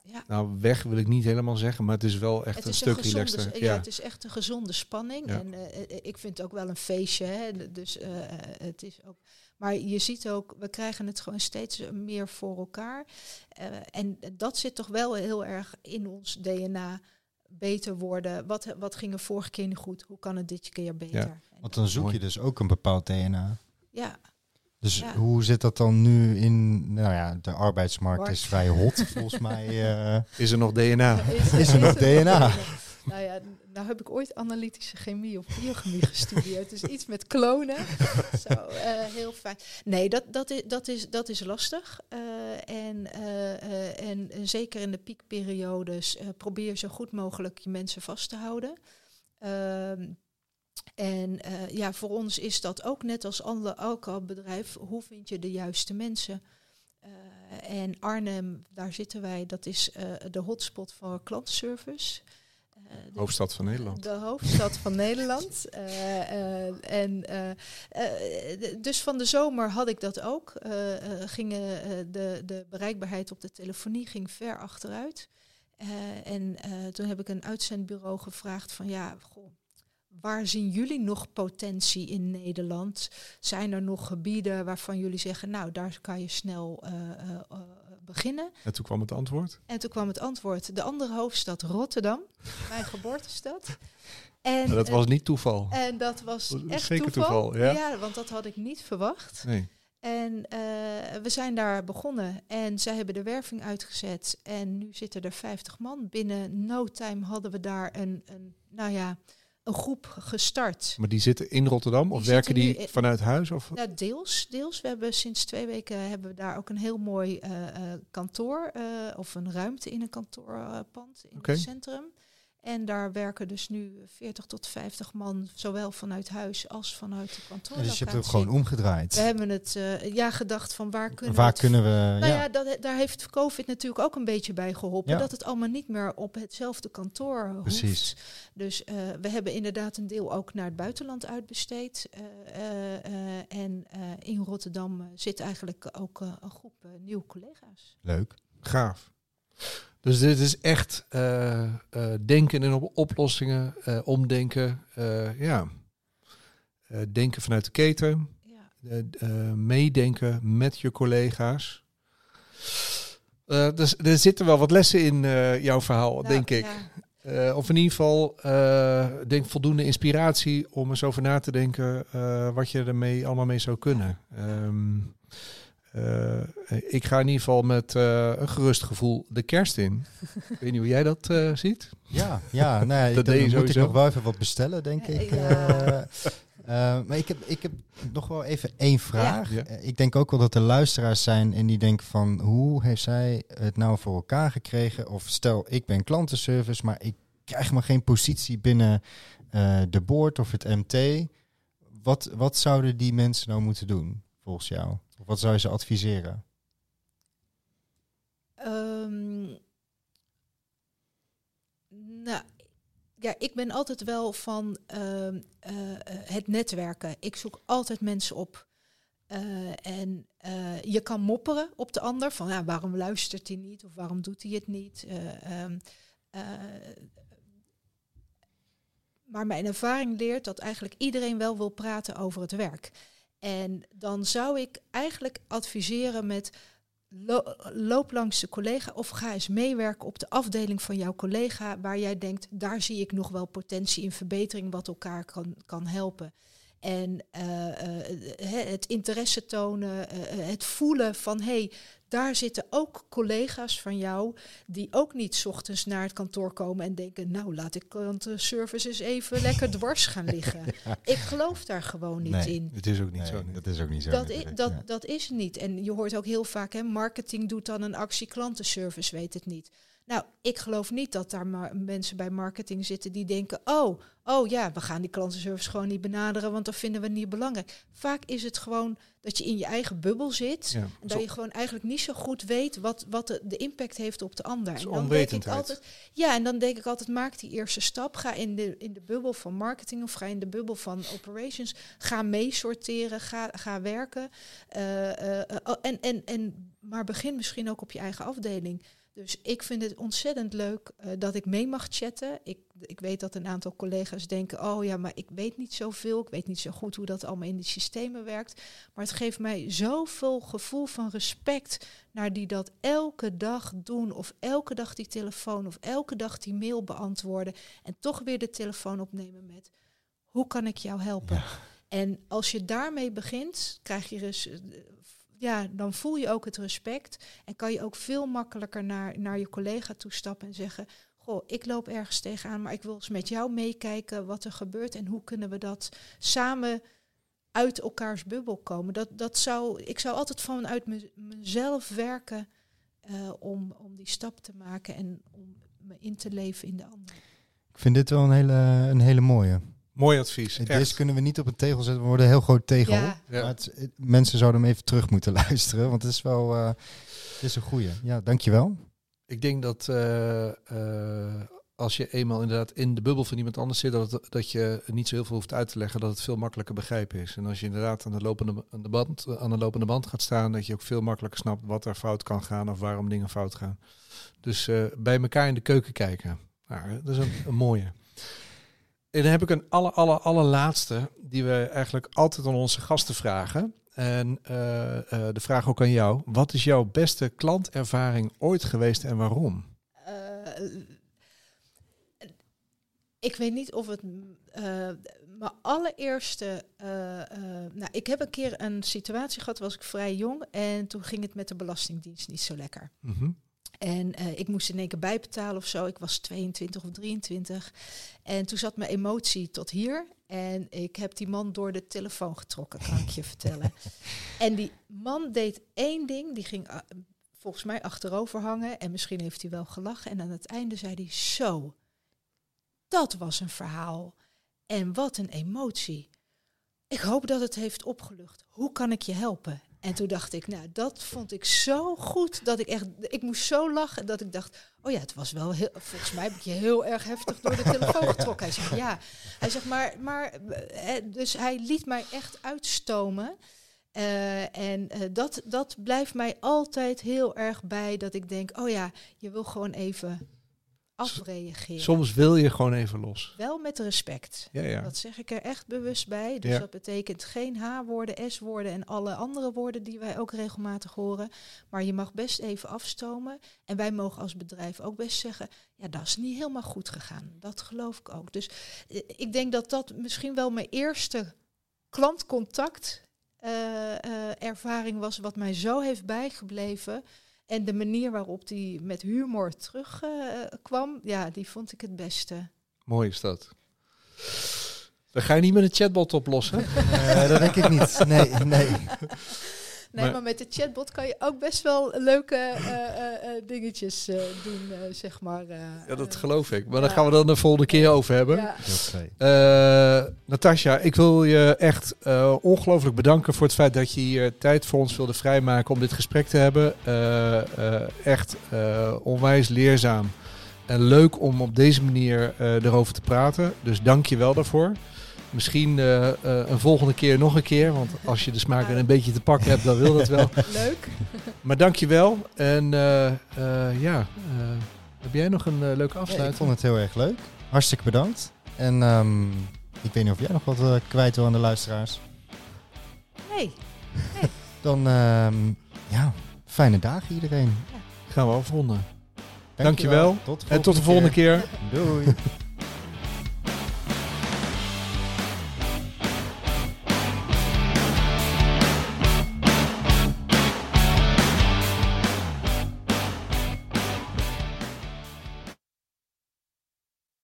[SPEAKER 3] Ja.
[SPEAKER 2] Nou, weg wil ik niet helemaal zeggen, maar het is wel echt
[SPEAKER 3] Het
[SPEAKER 2] een
[SPEAKER 3] is
[SPEAKER 2] stuk
[SPEAKER 3] een gezonde,
[SPEAKER 2] relaxter.
[SPEAKER 3] ja,
[SPEAKER 2] Ja.
[SPEAKER 3] het is echt een gezonde spanning.
[SPEAKER 2] Ja.
[SPEAKER 3] En uh, ik vind het ook wel een feestje. Hè. Dus uh, het is ook. Maar je ziet ook, we krijgen het gewoon steeds meer voor elkaar. Uh, en dat zit toch wel heel erg in ons D N A. Beter worden. Wat, wat ging er vorige keer niet goed? Hoe kan het dit keer beter?
[SPEAKER 2] Ja.
[SPEAKER 1] Want dan zoek je dus ook een bepaald D N A.
[SPEAKER 3] Ja.
[SPEAKER 1] Dus
[SPEAKER 3] Ja.
[SPEAKER 1] hoe zit dat dan nu in... Nou ja, de arbeidsmarkt
[SPEAKER 3] Markt.
[SPEAKER 1] is vrij hot, volgens mij. Uh,
[SPEAKER 2] Is er nog D N A?
[SPEAKER 3] Is,
[SPEAKER 1] Is er nog D N A?
[SPEAKER 3] Nou ja, nou heb ik ooit analytische chemie of biochemie gestudeerd. Dus iets met klonen. Zo, uh, heel fijn. Nee, dat, dat, is, dat, is, dat is lastig. Uh, en, uh, uh, en zeker in de piekperiodes uh, probeer zo goed mogelijk je mensen vast te houden. Uh, en uh, ja, voor ons is dat ook net als ander alcoholbedrijf. Hoe vind je de juiste mensen? Uh, en Arnhem, daar zitten wij, dat is uh, de hotspot voor klantenservice. Uh, de,
[SPEAKER 2] Hoofdstad van Nederland.
[SPEAKER 3] De hoofdstad van Nederland. Uh, uh, en, uh, uh, dus van de zomer had ik dat ook. Uh, uh, gingen, uh, de, de bereikbaarheid op de telefonie ging ver achteruit. Uh, en uh, toen heb ik een uitzendbureau gevraagd van ja, goh, waar zien jullie nog potentie in Nederland? Zijn er nog gebieden waarvan jullie zeggen, nou, daar kan je snel uh, uh, uh, beginnen?
[SPEAKER 2] En toen kwam het antwoord?
[SPEAKER 3] En toen kwam het antwoord. De andere hoofdstad, Rotterdam, mijn geboortestad. En,
[SPEAKER 2] maar dat was niet toeval.
[SPEAKER 3] En dat was echt
[SPEAKER 2] Zeker
[SPEAKER 3] toeval.
[SPEAKER 2] toeval, ja.
[SPEAKER 3] Ja, want dat had ik niet verwacht.
[SPEAKER 2] Nee.
[SPEAKER 3] En uh, we zijn daar begonnen en zij hebben de werving uitgezet. En nu zitten er vijftig man. Binnen no time hadden we daar een, een nou ja... een groep gestart.
[SPEAKER 2] Maar die zitten in Rotterdam of
[SPEAKER 3] Die
[SPEAKER 2] werken die
[SPEAKER 3] in,
[SPEAKER 2] vanuit huis? Of?
[SPEAKER 3] Nou, deels, deels. We hebben sinds twee weken hebben we daar ook een heel mooi uh, uh, kantoor uh, of een ruimte in een kantoorpand in
[SPEAKER 2] Okay.
[SPEAKER 3] het centrum. En daar werken dus nu veertig tot vijftig man, zowel vanuit huis als vanuit de kantoor.
[SPEAKER 1] Ja, dus je hebt het ook gewoon omgedraaid.
[SPEAKER 3] We hebben het uh, ja gedacht van waar kunnen
[SPEAKER 1] waar
[SPEAKER 3] we... Het,
[SPEAKER 1] kunnen we...
[SPEAKER 3] nou ja,
[SPEAKER 1] ja,
[SPEAKER 3] dat, daar heeft COVID natuurlijk ook een beetje bij geholpen.
[SPEAKER 1] Ja.
[SPEAKER 3] Dat het allemaal niet meer op hetzelfde kantoor hoeft.
[SPEAKER 1] Precies.
[SPEAKER 3] Dus uh, we hebben inderdaad een deel ook naar het buitenland uitbesteed. Uh, uh, uh, en uh, in Rotterdam uh, zit eigenlijk ook uh, een groep uh, nieuwe collega's.
[SPEAKER 1] Leuk.
[SPEAKER 2] Gaaf. Dus dit is echt uh, uh, denken in op oplossingen, uh, omdenken. Uh, ja. Uh, denken vanuit de keten.
[SPEAKER 3] Ja.
[SPEAKER 2] Uh, uh, meedenken met je collega's. Uh, dus er zitten wel wat lessen in uh, jouw verhaal,
[SPEAKER 3] Nou,
[SPEAKER 2] denk ik.
[SPEAKER 3] Ja.
[SPEAKER 2] Uh, of in ieder geval, uh, denk voldoende inspiratie om eens over na te denken uh, wat je ermee allemaal mee zou kunnen. Um, uh, ik ga in ieder geval met uh, een gerust gevoel de kerst in. Ik weet niet hoe jij dat uh, ziet.
[SPEAKER 1] Ja, ja, nou ja,
[SPEAKER 2] Dat
[SPEAKER 1] dan
[SPEAKER 2] deed je
[SPEAKER 1] moet ik
[SPEAKER 2] sowieso.
[SPEAKER 1] nog wel even wat bestellen, denk
[SPEAKER 3] Ja,
[SPEAKER 1] ik.
[SPEAKER 3] ja.
[SPEAKER 1] Uh, uh, maar ik heb, ik heb nog wel even één vraag.
[SPEAKER 2] Ja.
[SPEAKER 1] Uh, ik denk ook wel dat er luisteraars zijn en die denken van... hoe heeft zij het nou voor elkaar gekregen? Of stel, ik ben klantenservice, maar ik krijg maar geen positie binnen uh, de board of het M T. Wat, wat zouden die mensen nou moeten doen, volgens jou? Of wat zou je ze adviseren?
[SPEAKER 3] Um, nou, ja, ik ben altijd wel van uh, uh, het netwerken. Ik zoek altijd mensen op. Uh, en uh, je kan mopperen op de ander. Van ja, waarom luistert hij niet? Of waarom doet hij het niet? Uh, um, uh, maar mijn ervaring leert dat eigenlijk iedereen wel wil praten over het werk. En dan zou ik eigenlijk adviseren met... Lo- loop langs de collega of ga eens meewerken op de afdeling van jouw collega waar jij denkt, daar zie ik nog wel potentie in verbetering wat elkaar kan, kan helpen. En uh, uh, het interesse tonen, uh, het voelen van, hé, hey, daar zitten ook collega's van jou die ook niet 's ochtends naar het kantoor komen en denken, nou, laat ik klantenservice eens even lekker dwars gaan liggen. Ja. Ik geloof daar gewoon niet
[SPEAKER 1] Nee,
[SPEAKER 3] in.
[SPEAKER 2] Het is ook niet
[SPEAKER 1] Nee,
[SPEAKER 2] zo. Nee.
[SPEAKER 1] dat is ook niet zo.
[SPEAKER 3] Dat, i-
[SPEAKER 1] natuurlijk,
[SPEAKER 3] dat,
[SPEAKER 1] ja.
[SPEAKER 3] dat is het niet. En je hoort ook heel vaak, hè, marketing doet dan een actie, klantenservice weet het niet. Nou, ik geloof niet dat daar maar mensen bij marketing zitten die denken, oh, oh ja, we gaan die klantenservice gewoon niet benaderen, want dat vinden we niet belangrijk. Vaak is het gewoon dat je in je eigen bubbel zit
[SPEAKER 2] Ja.
[SPEAKER 3] en dat je gewoon eigenlijk niet zo goed weet wat, wat de, de impact heeft op de ander.
[SPEAKER 2] Dat is
[SPEAKER 3] En dan denk ik
[SPEAKER 2] onwetendheid.
[SPEAKER 3] altijd, ja, en dan denk ik altijd, maak die eerste stap. Ga in de, in de bubbel van marketing of ga in de bubbel van operations. Ga meesorteren, ga, ga werken. Uh, uh, uh, en, en, en, maar begin misschien ook op je eigen afdeling. Dus ik vind het ontzettend leuk uh, dat ik mee mag chatten. Ik, ik weet dat een aantal collega's denken, oh ja, maar ik weet niet zoveel. Ik weet niet zo goed hoe dat allemaal in die systemen werkt. Maar het geeft mij zoveel gevoel van respect naar die dat elke dag doen. Of elke dag die telefoon of elke dag die mail beantwoorden. En toch weer de telefoon opnemen met, hoe kan ik jou helpen? Ja. En als je daarmee begint, krijg je dus... Ja, dan voel je ook het respect en kan je ook veel makkelijker naar, naar je collega toe stappen en zeggen, goh, ik loop ergens tegenaan, maar ik wil eens met jou meekijken wat er gebeurt en hoe kunnen we dat samen uit elkaars bubbel komen. Dat, dat zou, ik zou altijd vanuit me, mezelf werken uh, om, om die stap te maken en om me in te leven in de ander.
[SPEAKER 1] Ik vind dit wel een hele, een hele mooie.
[SPEAKER 2] Mooi advies.
[SPEAKER 1] Deze echt. Kunnen we niet op een tegel zetten. We worden een heel groot tegel. Ja. Ja. Maar het, het, mensen zouden hem even terug moeten luisteren. Want het is wel uh, het is een goeie. Ja, dankjewel.
[SPEAKER 2] Ik denk dat uh, uh, als je eenmaal inderdaad in de bubbel van iemand anders zit, dat, het, dat je niet zo heel veel hoeft uit te leggen, dat het veel makkelijker begrijpen is. En als je inderdaad aan de lopende, aan de band, aan de lopende band gaat staan, dat je ook veel makkelijker snapt wat er fout kan gaan of waarom dingen fout gaan. Dus uh, bij elkaar in de keuken kijken. Nou, dat is een, een mooie. En dan heb ik een aller, aller, allerlaatste die we eigenlijk altijd aan onze gasten vragen. En uh, uh, de vraag ook aan jou. Wat is jouw beste klantervaring ooit geweest en waarom? Uh,
[SPEAKER 3] ik weet niet of het... Uh, mijn allereerste... Uh, uh, nou, ik heb een keer een situatie gehad, was ik vrij jong. En toen ging het met de Belastingdienst niet zo lekker. Mm-hmm. En uh, ik moest in één keer bijbetalen of zo. Ik was tweeëntwintig of drieëntwintig. En toen zat mijn emotie tot hier. En ik heb die man door de telefoon getrokken, kan ik je vertellen. En die man deed één ding. Die ging uh, volgens mij achterover hangen. En misschien heeft hij wel gelachen. En aan het einde zei hij, zo, dat was een verhaal. En wat een emotie. Ik hoop dat het heeft opgelucht. Hoe kan ik je helpen? En toen dacht ik, nou, dat vond ik zo goed, dat ik echt, ik moest zo lachen, dat ik dacht, oh ja, het was wel heel, volgens mij heb ik je heel erg heftig door de telefoon getrokken. Hij zegt, ja. Hij zegt, maar, maar, dus hij liet mij echt uitstomen. Uh, en uh, dat, dat blijft mij altijd heel erg bij, dat ik denk, oh ja, je wil gewoon even afreageren.
[SPEAKER 2] Soms wil je gewoon even los.
[SPEAKER 3] Wel met respect.
[SPEAKER 2] Ja, ja.
[SPEAKER 3] Dat zeg ik er echt bewust bij. Dus ja. Dat betekent geen H-woorden, S-woorden en alle andere woorden die wij ook regelmatig horen. Maar je mag best even afstomen. En wij mogen als bedrijf ook best zeggen, ja, dat is niet helemaal goed gegaan. Dat geloof ik ook. Dus uh, ik denk dat dat misschien wel mijn eerste klantcontact uh, uh, ervaring was, wat mij zo heeft bijgebleven. En de manier waarop die met humor terugkwam, uh, ja, die vond ik het beste.
[SPEAKER 2] Mooi is dat. Dan ga je niet met een chatbot oplossen?
[SPEAKER 1] uh, dat denk ik niet. Nee, nee.
[SPEAKER 3] Nee, maar, maar met de chatbot kan je ook best wel leuke uh, uh, uh, dingetjes uh, doen, uh, zeg maar. Uh,
[SPEAKER 2] ja, dat geloof ik. Maar ja. Daar gaan we dan de volgende keer over hebben. Ja. Uh, Natasja, ik wil je echt uh, ongelooflijk bedanken voor het feit dat je hier tijd voor ons wilde vrijmaken om dit gesprek te hebben. Uh, uh, echt uh, onwijs leerzaam en leuk om op deze manier uh, erover te praten. Dus dank je wel daarvoor. Misschien uh, uh, een volgende keer nog een keer. Want als je de smaak er een beetje te pakken hebt, dan wil dat wel.
[SPEAKER 3] Leuk.
[SPEAKER 2] Maar dank je wel. En uh, uh, ja, uh, heb jij nog een uh, leuke afsluiting?
[SPEAKER 1] Ja, ik vond het heel erg leuk. Hartstikke bedankt. En um, ik weet niet of jij nog wat uh, kwijt wil aan de luisteraars.
[SPEAKER 3] Nee. nee.
[SPEAKER 1] Dan, um, ja, fijne dagen iedereen. Ja.
[SPEAKER 2] Gaan we afronden.
[SPEAKER 1] Dank,
[SPEAKER 2] dank je wel.
[SPEAKER 1] Tot
[SPEAKER 2] en tot de volgende keer.
[SPEAKER 1] keer. Doei.